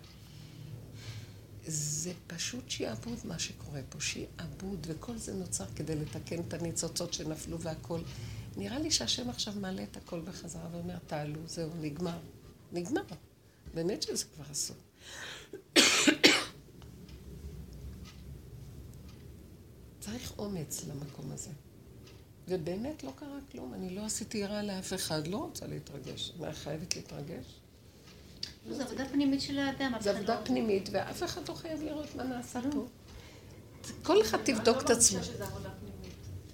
S1: זה פשוט שיעבוד מה שקורה פה, שיעבוד, וכל זה נוצר כדי לתקן את הניצוצות שנפלו והכל. נראה לי שהשם עכשיו מעלה את הכל בחזרה ואומר, תעלו, זהו, נגמר. באמת שזה כבר עשו. צריך אומץ למקום הזה. ובאמת לא קרה כלום, אני לא עשיתי רע לאף אחד, לא רוצה להתרגש. אני חייבת להתרגש.
S6: זו עבודה פנימית של האדם.
S1: זו עבודה פנימית, ואף אחד לא חייב לראות מה נעשה פה. כל אחד תבדוק את עצמו.
S4: אני לא מרגישה שזה עבודה פנימית.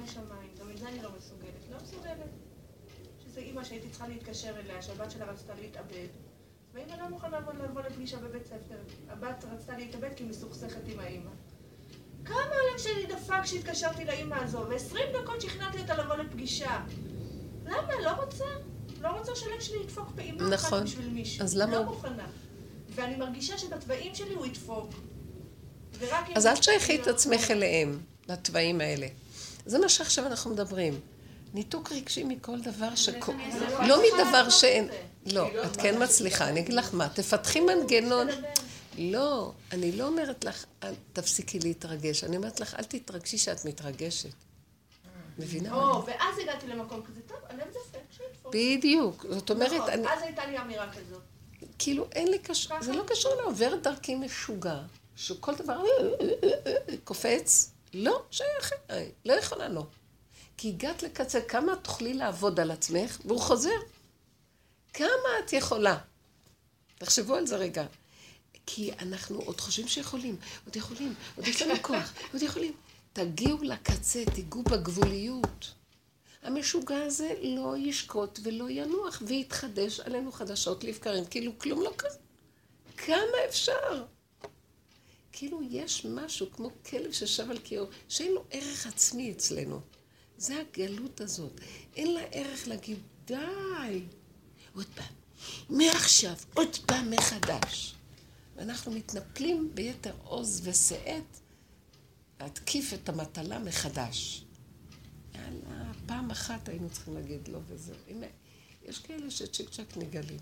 S10: משמיים, גם את זה אני לא מסוגלת. לא מסוגלת. שזו אימא שהייתי צריכה להתקשר אליה, שהבת שלה רצתה להתאבד. ואימא לא מוכנה לבוא לפגישה בבית ספר. הבת רצתה להתאבד כי היא מסוכסכת עם האימא. כמה הלב שלי דפק כשהתקשרתי לאימא הזו, ו20 דקות שכנעתי אותה לבוא לפגישה. למה? לא רוצה? לא רוצה שהלב שלי ידפוק פעימה אחת בשביל מישהו.
S1: אז למה?
S10: לא מוכנה. ואני מרגישה שבתוואים שלי הוא ידפוק.
S1: אז אל תשייכי את עצמך אליהם, לתוואים האלה. זה מה שעכשיו אנחנו מדברים. ניתוק רגשי מכל דבר לא מדבר שאין... לא, את כן מצליחה. אני אגיד לך מה, תפתחי מנגנון... לא, אני לא אומרת לך, תפסיקי להתרגש. אני אומרת לך, אל תתרגשי שאת מתרגשת. מבינה?
S10: ואז הגעתי למקום כזה, טוב, הלב דפק, שידפוק.
S1: בדיוק, זאת אומרת...
S10: נכון, אז הייתה לי אמירה כזאת.
S1: כאילו, אין לי קשור, זה לא קשור לעובר דרכי משוגע, שכל דבר קופץ, לא שייך, לא יכולה, לא. כי הגעת לקצה, כמה תוכלי לעבוד על עצמך, והוא חוזר. כמה את יכולה? תחשבו על זה רגע. כי אנחנו עוד חושבים שיכולים, עוד יש לנו כוח, עוד יכולים. תגיעו לקצה, תיגעו בגבוליות. המשוגע הזה לא ישקוט ולא ינוח, ויתחדש עלינו חדשות לבקרים, כאילו כלום לא כזה. כמה אפשר? כאילו יש משהו כמו כלב ששב על קיאו, שאין לו ערך עצמי אצלנו. זה הגלות הזאת. אין לה ערך להגיד, די. עוד פעם, מעכשיו, עוד פעם מחדש. ואנחנו מתנפלים ביתר עוז ושאת, להתקיף את המטלה מחדש. יאללה, פעם אחת היינו צריכים להגיד לא וזהו. הנה, יש כאלה שצ'יק צ'ק נגלים.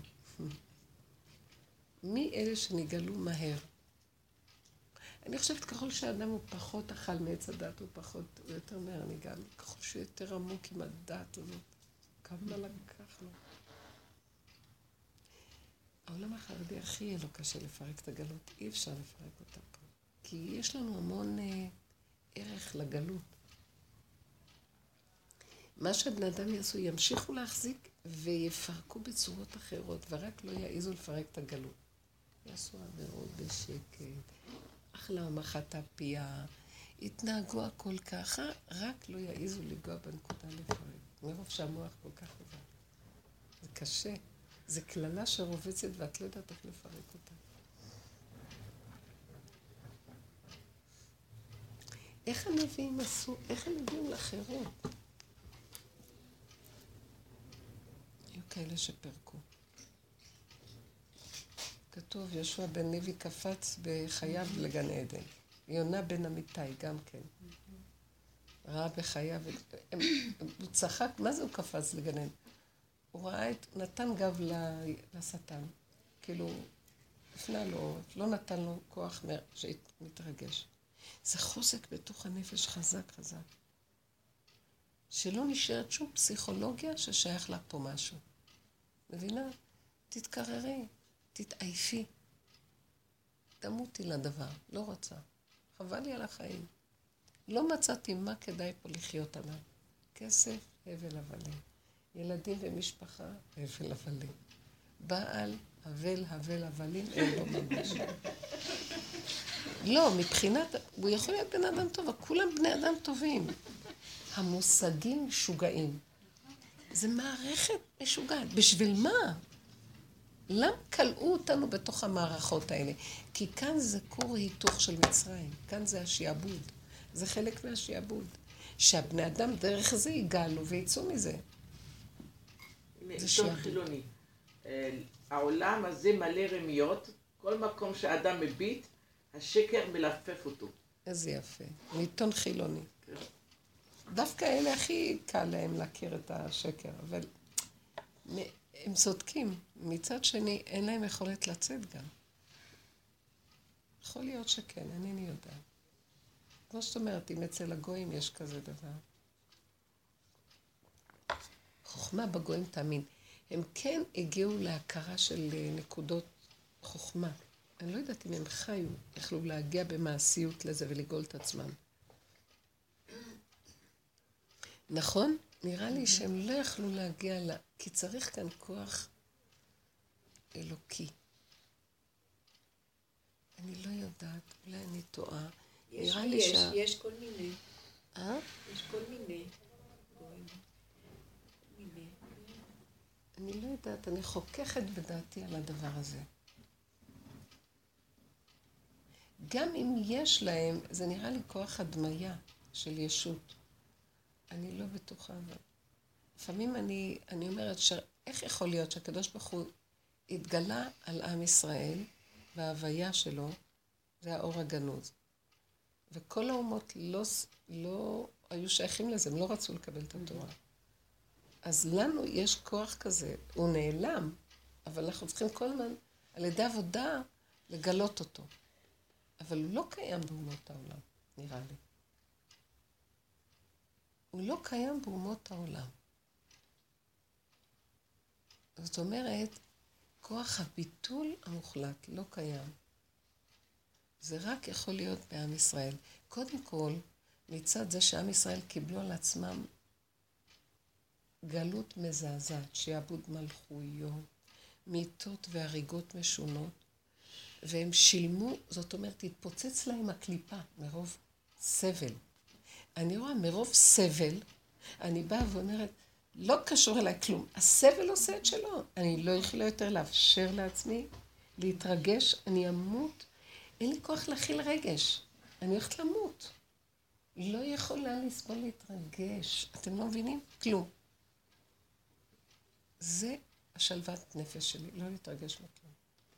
S1: מי אלה שנגלו מהר? אני חושבת ככל שהאדם הוא פחות אכל מעץ הדת, הוא יותר מהר נגל. ככל שהוא יותר עמוק עם הדת הזאת, כמה לקח לו. העולם החרדי הכי יהיה לו קשה לפרק את הגלות. אי אפשר לפרק אותה פה. כי יש לנו המון ערך לגלות. מה שהבני אדם יעשו, ימשיכו להחזיק ויפרקו בצורות אחרות, ורק לא יעיזו לפרק את הגלות. יעשו עבירות בשקט, אכלה ומחתה פיה, התנהגו הכל ככה, רק לא יעיזו לגוע בנקודה לפרק. מרוב שהמוח כל כך עובד. זה קשה. זה כללה שרובצת ואת לא יודעת איך לפרק אותה. איך הנביאים עשו? איך הנביאים לחירות? היו כאלה שפרקו. כתוב, יהושע בן לוי קפץ בחייו לגן עדן. יונה בן אמיתי גם כן. ראה בחייו, הוא צחק, מה זה הוא קפץ לגן עדן? הוא ראה נתן גב לשטן, כאילו, הפנה לו, לא נתן לו כוח שמתרגש. זה חוזק בתוך הנפש חזק. שלא נשארת שום פסיכולוגיה ששייך לה פה משהו. מבינה? תתקררי, תתעייפי. תמותי לדבר, לא רוצה. חבל לי על החיים. לא מצאתי מה כדאי פה לחיות עליו. כסף, הבל הבלים. ילדים ומשפחה, הבל הבלים. בעל, הבל הבלים, אין לו ממש. לא, מבחינת, הוא יכול להיות בן אדם טוב, כולם בני אדם טובים. המושגים משוגעים. זה מערכת משוגעת. בשביל מה? למה קלעו אותנו בתוך המערכות האלה? כי כאן זה כור היתוך של מצרים. כאן זה השיעבוד. זה חלק מהשיעבוד. שהבני אדם דרך זה יגאלו ויצאו מזה.
S3: זה שיעבוד. חילוני. העולם הזה מלא רמיות. כל מקום שאדם מביט, השקר מלפף אותו.
S1: איזה יפה. מעיתון חילוני. דווקא אלה הכי קל להם להכיר את השקר, אבל הם צודקים. מצד שני, אין להם יכולת לצאת גם. יכול להיות שכן, אינני יודעת. כמו שאת אומרת, אם אצל הגויים יש כזה דבר. חוכמה בגויים תאמין. הם כן הגיעו להכרה של נקודות חוכמה. אני לא יודעת אם הם חיו, יכלו להגיע במעשיות לזה ולגאול את עצמם. נכון? נראה לי שהם לא יכלו להגיע כי צריך כאן כוח אלוקי. אני לא יודעת, אולי אני טועה.
S9: יש כל מיני. יש כל מיני גורמים.
S1: אני לא יודעת, אני חוככת בדעתי על הדבר הזה. גם אם יש להם, זה נראה לי כוח הדמיה של ישות. אני לא בטוחה, אבל לפעמים אני אומרת, איך יכול להיות שהקדוש ברוך הוא התגלה על עם ישראל, וההוויה שלו, זה האור הגנוז. וכל האומות לא היו שייכים לזה, הם לא רצו לקבל את התורה. אז לנו יש כוח כזה, הוא נעלם, אבל אנחנו צריכים כל הזמן, על ידי עבודה, לגלות אותו. אבל הוא לא קיים באומות העולם, נראה לי. הוא לא קיים באומות העולם. זאת אומרת, כוח הביטול המוחלט לא קיים. זה רק יכול להיות בעם ישראל. קודם כל, מצד זה שעם ישראל קיבלו על עצמם גלות מזעזעת, שיעבוד מלכויות, מיתות והריגות משונות, והם שילמו, זאת אומרת, התפוצץ להם הקליפה מרוב סבל. אני רואה מרוב סבל, אני באה ואומרת, לא קשור אליי כלום, הסבל עושה את שלו. אני לא יכולה יותר לאפשר לעצמי, להתרגש, אני אמות, אין לי כוח להכיל רגש, אני הולכת למות. לא יכולה לסבול להתרגש, אתם לא מבינים? כלום. זה השלוות נפש שלי, לא להתרגש מכלום.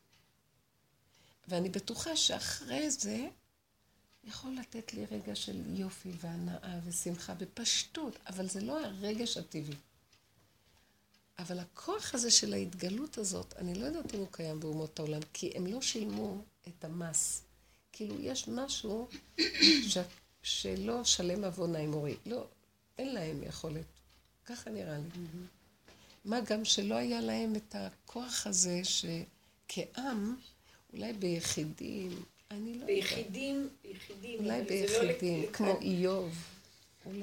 S1: ואני בטוחה שאחרי זה יכול לתת לי רגע של יופי והנאה ושמחה בפשטות, אבל זה לא הרגש הטבעי. אבל הכוח הזה של ההתגלות הזאת, אני לא יודעת אם הוא קיים באומות העולם, כי הם לא שילמו את המס. כאילו יש משהו שלא שלם עוון האמורי. לא, אין להם יכולת. ככה נראה לי. מה גם שלא היה להם את הכוח הזה שכעם, אולי ביחידים, אני לא יודעת.
S9: ביחידים.
S1: אולי ביחידים, כמו איוב, אולי.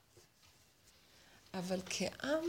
S1: אבל כעם,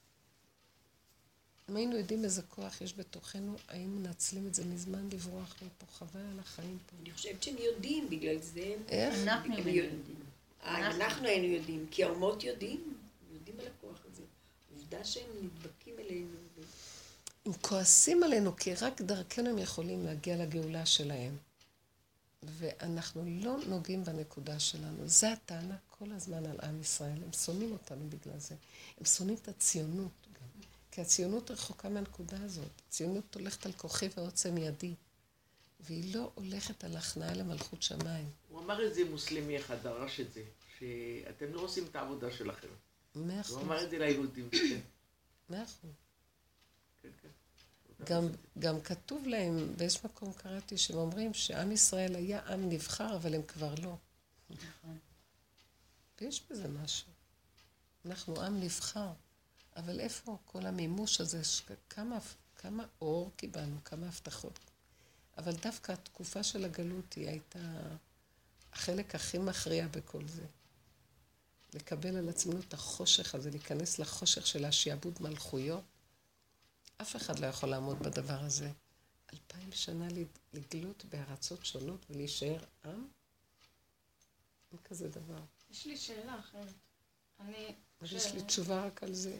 S1: אם היינו יודעים איזה כוח יש בתוכנו, היינו מנצלים את זה מזמן לברוח מפה, חבל על החיים פה.
S9: אני חושבת שהם יודעים, בגלל זה...
S1: איך?
S6: אנחנו היינו יודעים.
S9: אנחנו היינו יודעים, כי האומות יודעים על הכוח הזה. עובדה שהם נדבקים אלינו.
S1: הם כועסים עלינו, כי רק דרכנו הם יכולים להגיע לגאולה שלהם. ואנחנו לא נוגעים בנקודה שלנו. זה הטענה כל הזמן על עם ישראל. הם שונאים אותנו בגלל זה. הם שונאים את הציונות גם. כי הציונות רחוקה מהנקודה הזאת. הציונות הולכת על כוחי ועוצם ידי. והיא לא הולכת על הכנעה למלכות שמיים.
S3: הוא אמר את זה מוסלמי אחד, דרש את זה, שאתם לא עושים את העבודה שלכם.
S1: 100%.
S3: הוא אמר את זה ליהודים.
S1: 100%.
S3: כן, כן.
S1: גם כתוב להם, באיזה מקום קראתי, שהם אומרים שעם ישראל היה עם נבחר, אבל הם כבר לא.
S6: נכון.
S1: ויש בזה משהו. אנחנו עם נבחר, אבל איפה כל המימוש הזה, כמה אור קיבלנו, כמה הבטחות. אבל דווקא התקופה של הגלות היא הייתה החלק הכי מכריע בכל זה. לקבל על עצמנו את החושך הזה, להיכנס לחושך של השיעבוד מלכויות. אף אחד לא יכול לעמוד בדבר הזה. 2000 שנה לגלות בארצות שונות ולהישאר עם? אין כזה דבר.
S8: יש לי שאלה אחרת.
S1: יש לי תשובה רק על זה.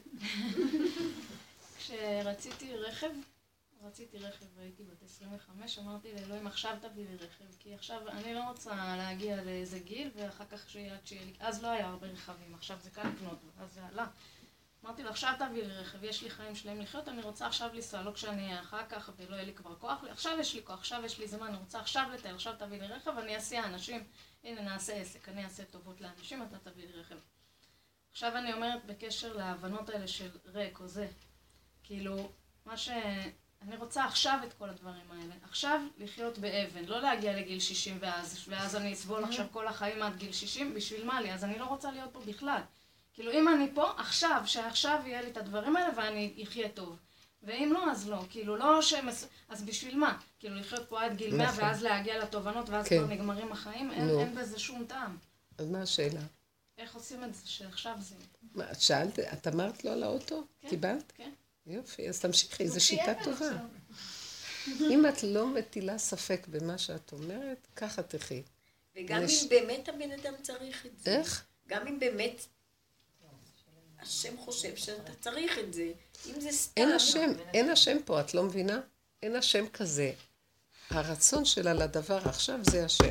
S8: כשרציתי רכב, והייתי בת 25, אמרתי לאלוהים, עכשיו תביא לי רכב, כי עכשיו אני לא רוצה להגיע לאיזה גיל, ואחר כך שיהיה לי, אז לא היה הרבה רכבים, עכשיו זה קל לקנות, אז זה עלה. אמרתי לו, עכשיו תביא לי רכב, יש לי חיים שלהם לחיות, אני רוצה עכשיו לנסוע, לא כשאני אהיה אחר כך, ולא יהיה לי כבר כוח, עכשיו יש לי כוח, עכשיו יש לי זמן, אני רוצה עכשיו לטייל, עכשיו תביא לי רכב, אני אעשה אנשים, הנה נעשה עסק, אני אעשה טובות לאנשים, אתה תביא לי רכב. עכשיו אני אומרת בקשר להבנות האלה של ריק או זה, כאילו, אני רוצה עכשיו את כל הדברים האלה, עכשיו לחיות באבן, לא להגיע לגיל 60 ואז אני אסבול עכשיו כל החיים עד גיל 60, בשביל מה לי? אז אני לא רוצה להיות פה בכלל. כאילו אם אני פה, שעכשיו יהיה לי את הדברים האלה ואני אחיה טוב. ואם לא, אז לא. כאילו לא אז בשביל מה? כאילו לחיות פה עד גיל 100 ואז להגיע לתובנות ואז כבר נגמרים החיים, אין בזה שום טעם.
S1: אז מה השאלה?
S8: איך עושים את זה שעכשיו זה...
S1: מה, את שאלת, את אמרת לו על האוטו? קיבלת?
S8: כן.
S1: יופי, אז תמשיכי, זו שיטה טובה. אם את לא מטילה ספק במה שאת אומרת, ככה תחי.
S9: וגם אם באמת הבן אדם צריך את זה.
S1: איך?
S9: גם אם באמת השם חושב שאתה צריך את זה, אם זה סתם...
S1: אין השם פה, את לא מבינה? אין השם כזה. הרצון שלה לדבר עכשיו זה השם.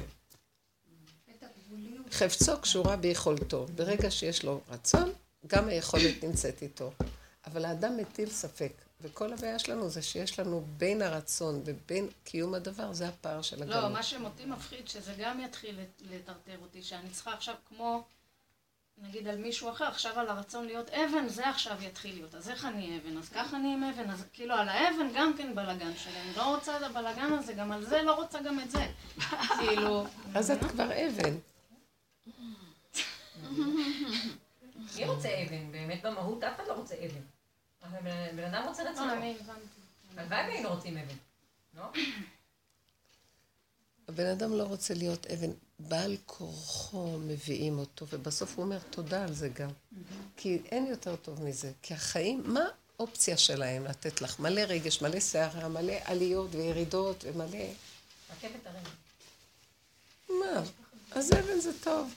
S1: חפצו קשורה ביכולתו. ברגע שיש לו רצון, גם היכולת נמצאת איתו. אבל האדם מטיל ספק. וכל הבעיה שלנו זה שיש לנו בין הרצון ובין קיום הדבר, זה הפער של הגלות.
S8: לא, מה שמותי מפחיד, שזה גם יתחיל לטרטר אותי, שאני צריכה עכשיו כמו, נגיד על מישהו אחר, עכשיו על הרצון להיות אבן, זה עכשיו יתחיל להיות. אז איך אני אבן? אז ככה אני עם אבן. אז כאילו על האבן גם כן בלגן שלהם. לא רוצה את הבלגן הזה, גם על זה לא רוצה גם את זה. כאילו...
S1: אז את כבר אבן.
S2: מי רוצה אבן? באמת במהות אף אחד לא רוצה אבן. אבל בן אדם רוצה רצון.
S8: אני הבנתי.
S2: הלוואי והיינו רוצים אבן, לא?
S1: הבן אדם לא רוצה להיות אבן, בעל כורחו מביאים אותו, ובסוף הוא אומר תודה על זה גם. כי אין יותר טוב מזה. כי החיים, מה האופציה שלהם לתת לך? מלא רגש, מלא שערה, מלא עליות וירידות ומלא...
S2: רכבת הרגל.
S1: מה? אז אבן זה טוב.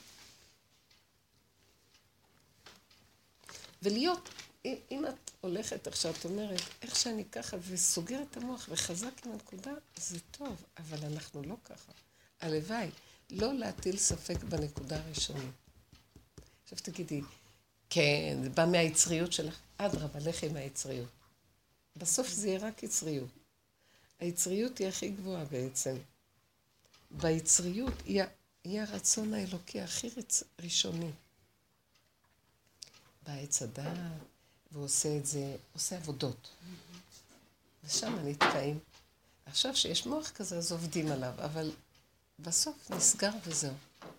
S1: ולהיות, אם את הולכת עכשיו, את אומרת, איך שאני ככה וסוגר את המוח וחזק עם הנקודה, זה טוב, אבל אנחנו לא ככה. הלוואי, לא להטיל ספק בנקודה הראשונית. עכשיו תגידי, כן, זה בא מהיצריות שלך, אדרבה, לכי עם היצריות. בסוף זה יהיה רק יצריות. היצריות היא הכי גבוהה בעצם. ביצריות היא הרצון האלוקי הכי ראשוני. בעץ הדעת, והוא עושה את זה, עושה עבודות. ושם נתקעים. עכשיו שיש מוח כזה, אז עובדים עליו, אבל בסוף נסגר וזהו.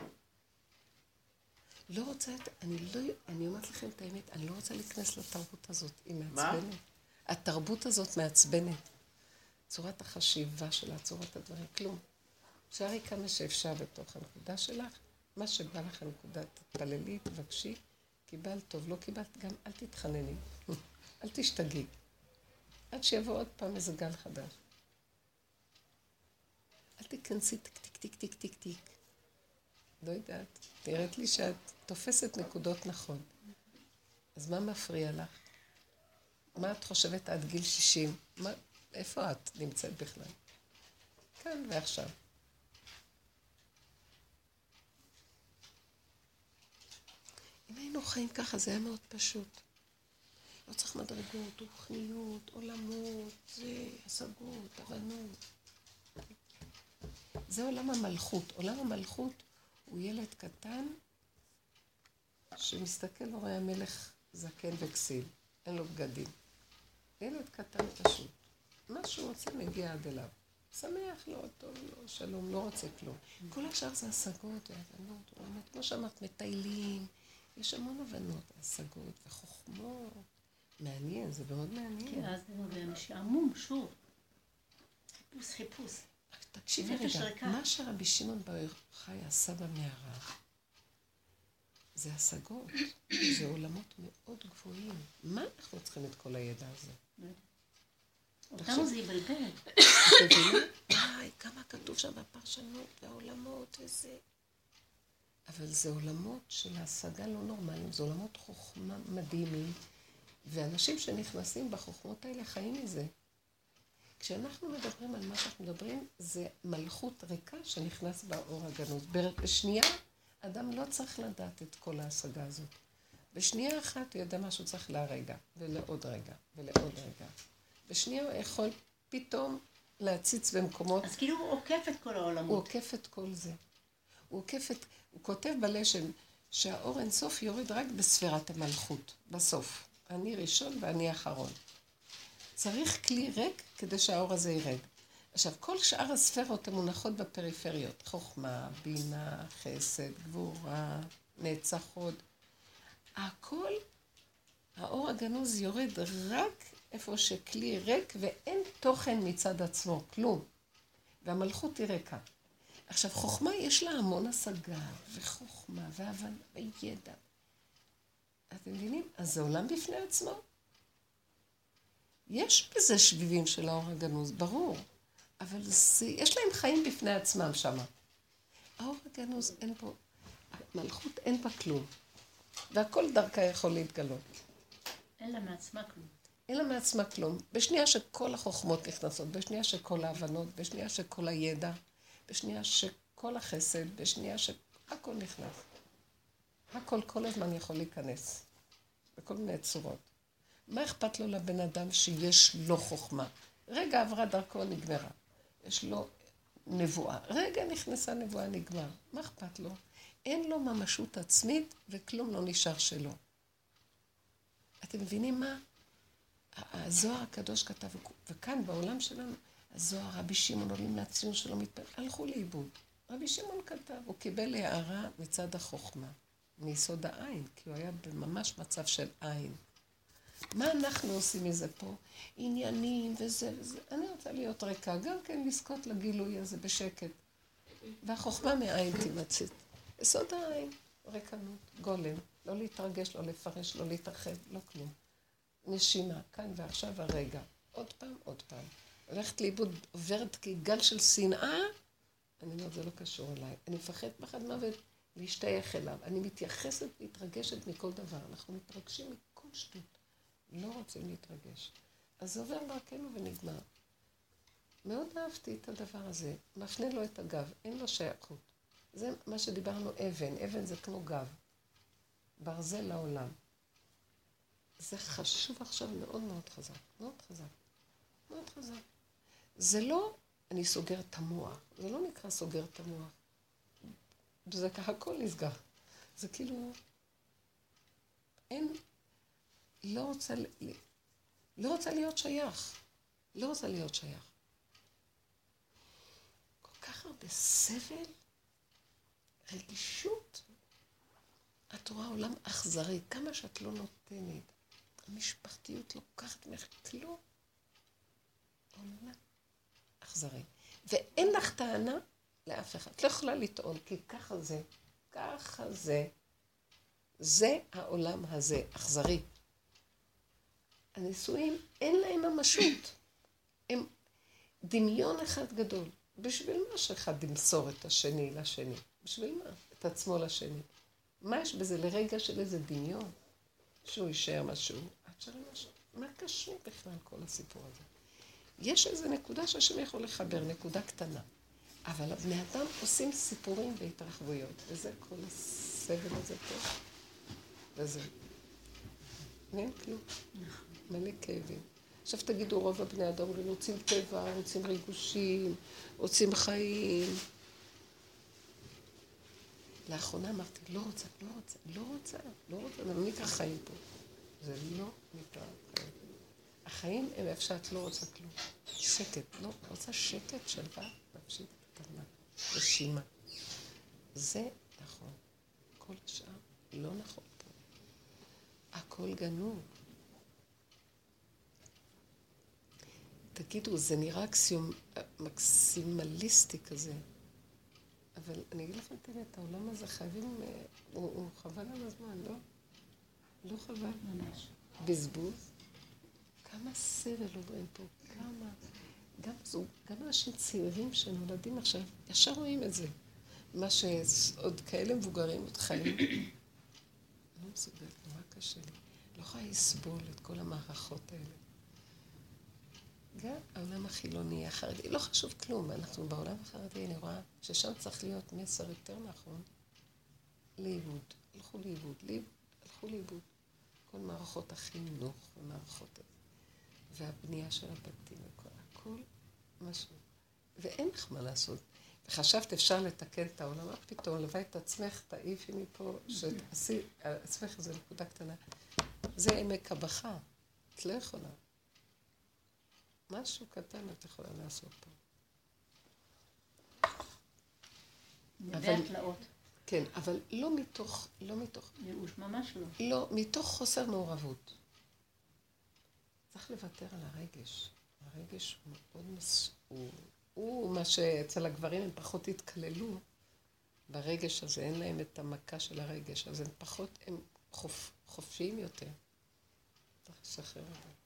S1: לא רוצה אני אומרת לכם את האמת, אני לא רוצה להיכנס לתרבות הזאת, היא מעצבנת. מה? התרבות הזאת מעצבנת. צורת החשיבה שלה, צורת הדברים, כלום. שערי כמה שאפשר בתוך הנקודה שלך, מה שבא לך הנקודה, תתפללי, תבקשי, קיבלת טוב, לא קיבלת, גם אל תתחנני, אל תשתגעי. עד שיבוא עוד פעם איזה גל חדש. אל תיכנסי תיק, תיק, תיק, תיק, תיק, תיק. לא יודעת, תראית לי שאת תופסת נקודות נכון. אז מה מפריע לך? מה את חושבת עד גיל 60? איפה את נמצאת בכלל? כאן ועכשיו. אם היינו חיים ככה, זה היה מאוד פשוט. לא צריך מדרגות, רוחניות, עולמות, זה, השגות, הבנות. זה עולם המלכות. עולם המלכות הוא ילד קטן שמסתכל ורואה המלך זקן וכסיל. אין לו בגדים. ילד קטן פשוט. מה שהוא רוצה מגיע עד אליו. שמח לו, טוב לו, שלום, לא רוצה כלום. כל השאר זה השגות והבנות. כמו שאמרת, מטיילים. יש המון הבנות, השגות וחוכמות. מעניין, זה מאוד מעניין.
S6: כן, אז זה משעמום, שוב. חיפוש.
S1: תקשיבי רגע, מה שרבי שמעון בר יוחאי עשה במערה, זה השגות, זה עולמות מאוד גבוהים. מה אנחנו צריכים את כל הידע הזה?
S6: אותנו זה יבלבל.
S1: כמה כתוב שם בפרשנות והעולמות וזה. אבל זה עולמות של ההשגה לא נורמליים, זה עולמות חוכמה מדהימים, ואנשים שנכנסים בחוכמות האלה חיים מזה. כשאנחנו מדברים על מה שאנחנו מדברים, זה מלכות ריקה שנכנס באור הגנוז. בשנייה, אדם לא צריך לדעת את כל ההשגה הזאת. בשנייה אחת הוא יודע מה שהוא צריך להרגע, ולעוד רגע, ולעוד רגע. בשנייה הוא יכול פתאום להציץ במקומות...
S6: אז כאילו הוא עוקף את כל העולמות.
S1: הוא עוקף את כל זה. הוא כותב בלשם שהאור אינסוף יורד רק בספירת המלכות, בסוף. אני ראשון ואני אחרון. צריך כלי ריק כדי שהאור הזה ירד. עכשיו, כל שאר הספירות המונחות בפריפריות, חוכמה, בינה, חסד, גבורה, נצח הוד, הכל, האור הגנוז יורד רק איפה שכלי ריק ואין תוכן מצד עצמו, כלום. והמלכות היא ריקה. עכשיו, חוכמה יש לה המון השגה, וחוכמה, והבנה, וידע. אתם מבינים? אז זה עולם בפני עצמו. יש בזה שביבים של האור הגנוז, ברור. אבל יש להם חיים בפני עצמם שם. האור הגנוז אין פה, מלכות אין בה כלום. והכל דרכה יכול להתגלות.
S6: אין לה מעצמה כלום.
S1: אין לה מעצמה כלום. בשנייה שכל החוכמות נכנסות, בשנייה שכל ההבנות, בשנייה שכל הידע, בשנייה שכל החסד, בשנייה שהכל נכנס. הכל כל הזמן יכול להיכנס, בכל מיני צורות. מה אכפת לו לבן אדם שיש לו חוכמה? רגע עברה דרכו, נגמרה. יש לו נבואה. רגע נכנסה נבואה, נגמר. מה אכפת לו? אין לו ממשות עצמית וכלום לא נשאר שלו. אתם מבינים מה? הזוהר הקדוש כתב, וכאן בעולם שלנו, הזוהר, רבי שמעון עולים לציון שלו מתפלל, הלכו לאיבוד. רבי שמעון כתב, הוא קיבל הערה מצד החוכמה, מיסוד העין, כי הוא היה בממש מצב של עין. מה אנחנו עושים מזה פה? עניינים וזה וזה. אני רוצה להיות ריקה, גם כן לזכות לגילוי הזה בשקט. והחוכמה מהעין תימצאת. יסוד העין, ריקנות, גולם, לא להתרגש, לא לפרש, לא להתרחב, לא כלום. נשימה, כאן ועכשיו הרגע. עוד פעם, עוד פעם. הולכת לאיבוד, עוברת כגל של שנאה, אני אומרת, זה לא קשור אליי. אני מפחד פחד מוות להשתייך אליו. אני מתייחסת, מתרגשת מכל דבר. אנחנו מתרגשים מכל שטות. לא רוצים להתרגש. אז זה עובר דרכנו ונגמר. מאוד אהבתי את הדבר הזה. מפנה לו את הגב, אין לו שייכות. זה מה שדיברנו אבן. אבן זה כמו גב. ברזל לעולם. זה חשוב עכשיו מאוד מאוד חזק. מאוד חזק. מאוד חזק. זה לא, אני סוגר את המוח. זה לא נקרא סוגר את המוח. זה ככה הכל נסגר. זה כאילו, אין, לא רוצה להיות שייך. לא רוצה להיות שייך. כל כך הרבה סבל, רגישות. את רואה עולם אכזרי, כמה שאת לא נותנת. המשפחתיות לוקחת ממך כלום. עולם אכזרי. ואין לך טענה לאף אחד. את לא יכולה לטעון, כי ככה זה. ככה זה. זה העולם הזה, אכזרי. הנישואים אין להם ממשות. הם דמיון אחד גדול. בשביל מה שאחד ימסור את השני לשני? בשביל מה? את עצמו לשני. מה יש בזה לרגע של איזה דמיון? שהוא יישאר משהו, את שרי משהו. מה קשור בכלל כל הסיפור הזה? יש איזו נקודה שהשם יכול לחבר, נקודה קטנה. אבל בני אדם עושים סיפורים והתרחבויות, וזה כל הסבל הזה פה. וזה. אין כלום. מלא כאבים. עכשיו תגידו, רוב הבני אדם רוצים טבע, רוצים ריגושים, רוצים חיים. לאחרונה אמרתי, לא רוצה, זה לא נקרא חיים פה. זה לא נקרא חיים. החיים הם איפה שאת לא רוצה כלום. שקט, לא רוצה שקט, שלווה, נפשית קטנה, רשימה. זה נכון. כל השאר לא נכון פה. הכל גנוב. תגידו, זה נראה מקסימליסטי כזה. אבל אני אגיד לכם, תראי, את העולם הזה חייבים, הוא חבל על הזמן, לא? לא חבל. ממש. בזבוז. כמה סבל עוברים פה, כמה. גם אנשים צעירים שנולדים עכשיו, ישר רואים את זה. מה שעוד כאלה מבוגרים עוד חיים. לא מסוגלת, נורא קשה לי. לא יכולה לסבול את כל המערכות האלה. גם העולם החילוני, החרדי, לא חשוב כלום. אנחנו בעולם החרדי, אני רואה ששם צריך להיות מסר יותר נכון. לאיבוד. הלכו לאיבוד. כל מערכות החינוך ומערכות והבנייה של הבתים וכל, הכל משהו. ואין לך מה לעשות. וחשבת אפשר לתקן את העולם, מה פתאום, לביא את עצמך, תעיפי מפה, שתעשי, עצמך איזו נקודה קטנה. זה עמק הבכה. את לא יכולה. משהו קטן את יכולה לעשות פה.
S6: נדע תלאות.
S1: כן, אבל לא מתוך...
S6: ייאוש, ממש לא.
S1: לא, מתוך חוסר מעורבות. צריך לוותר על הרגש. הרגש הוא מאוד הוא מה שאצל הגברים הם פחות התקללו ברגש הזה, אין להם את המכה של הרגש, אז הם פחות, הם חופשיים יותר. צריך לשחרר את זה.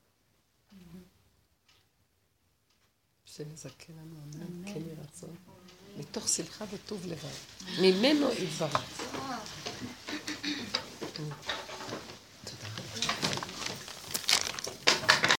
S1: שמזכה לנו, אמן, כן ירצון. מתוך שמחה וטוב לבד. ממנו יתברך.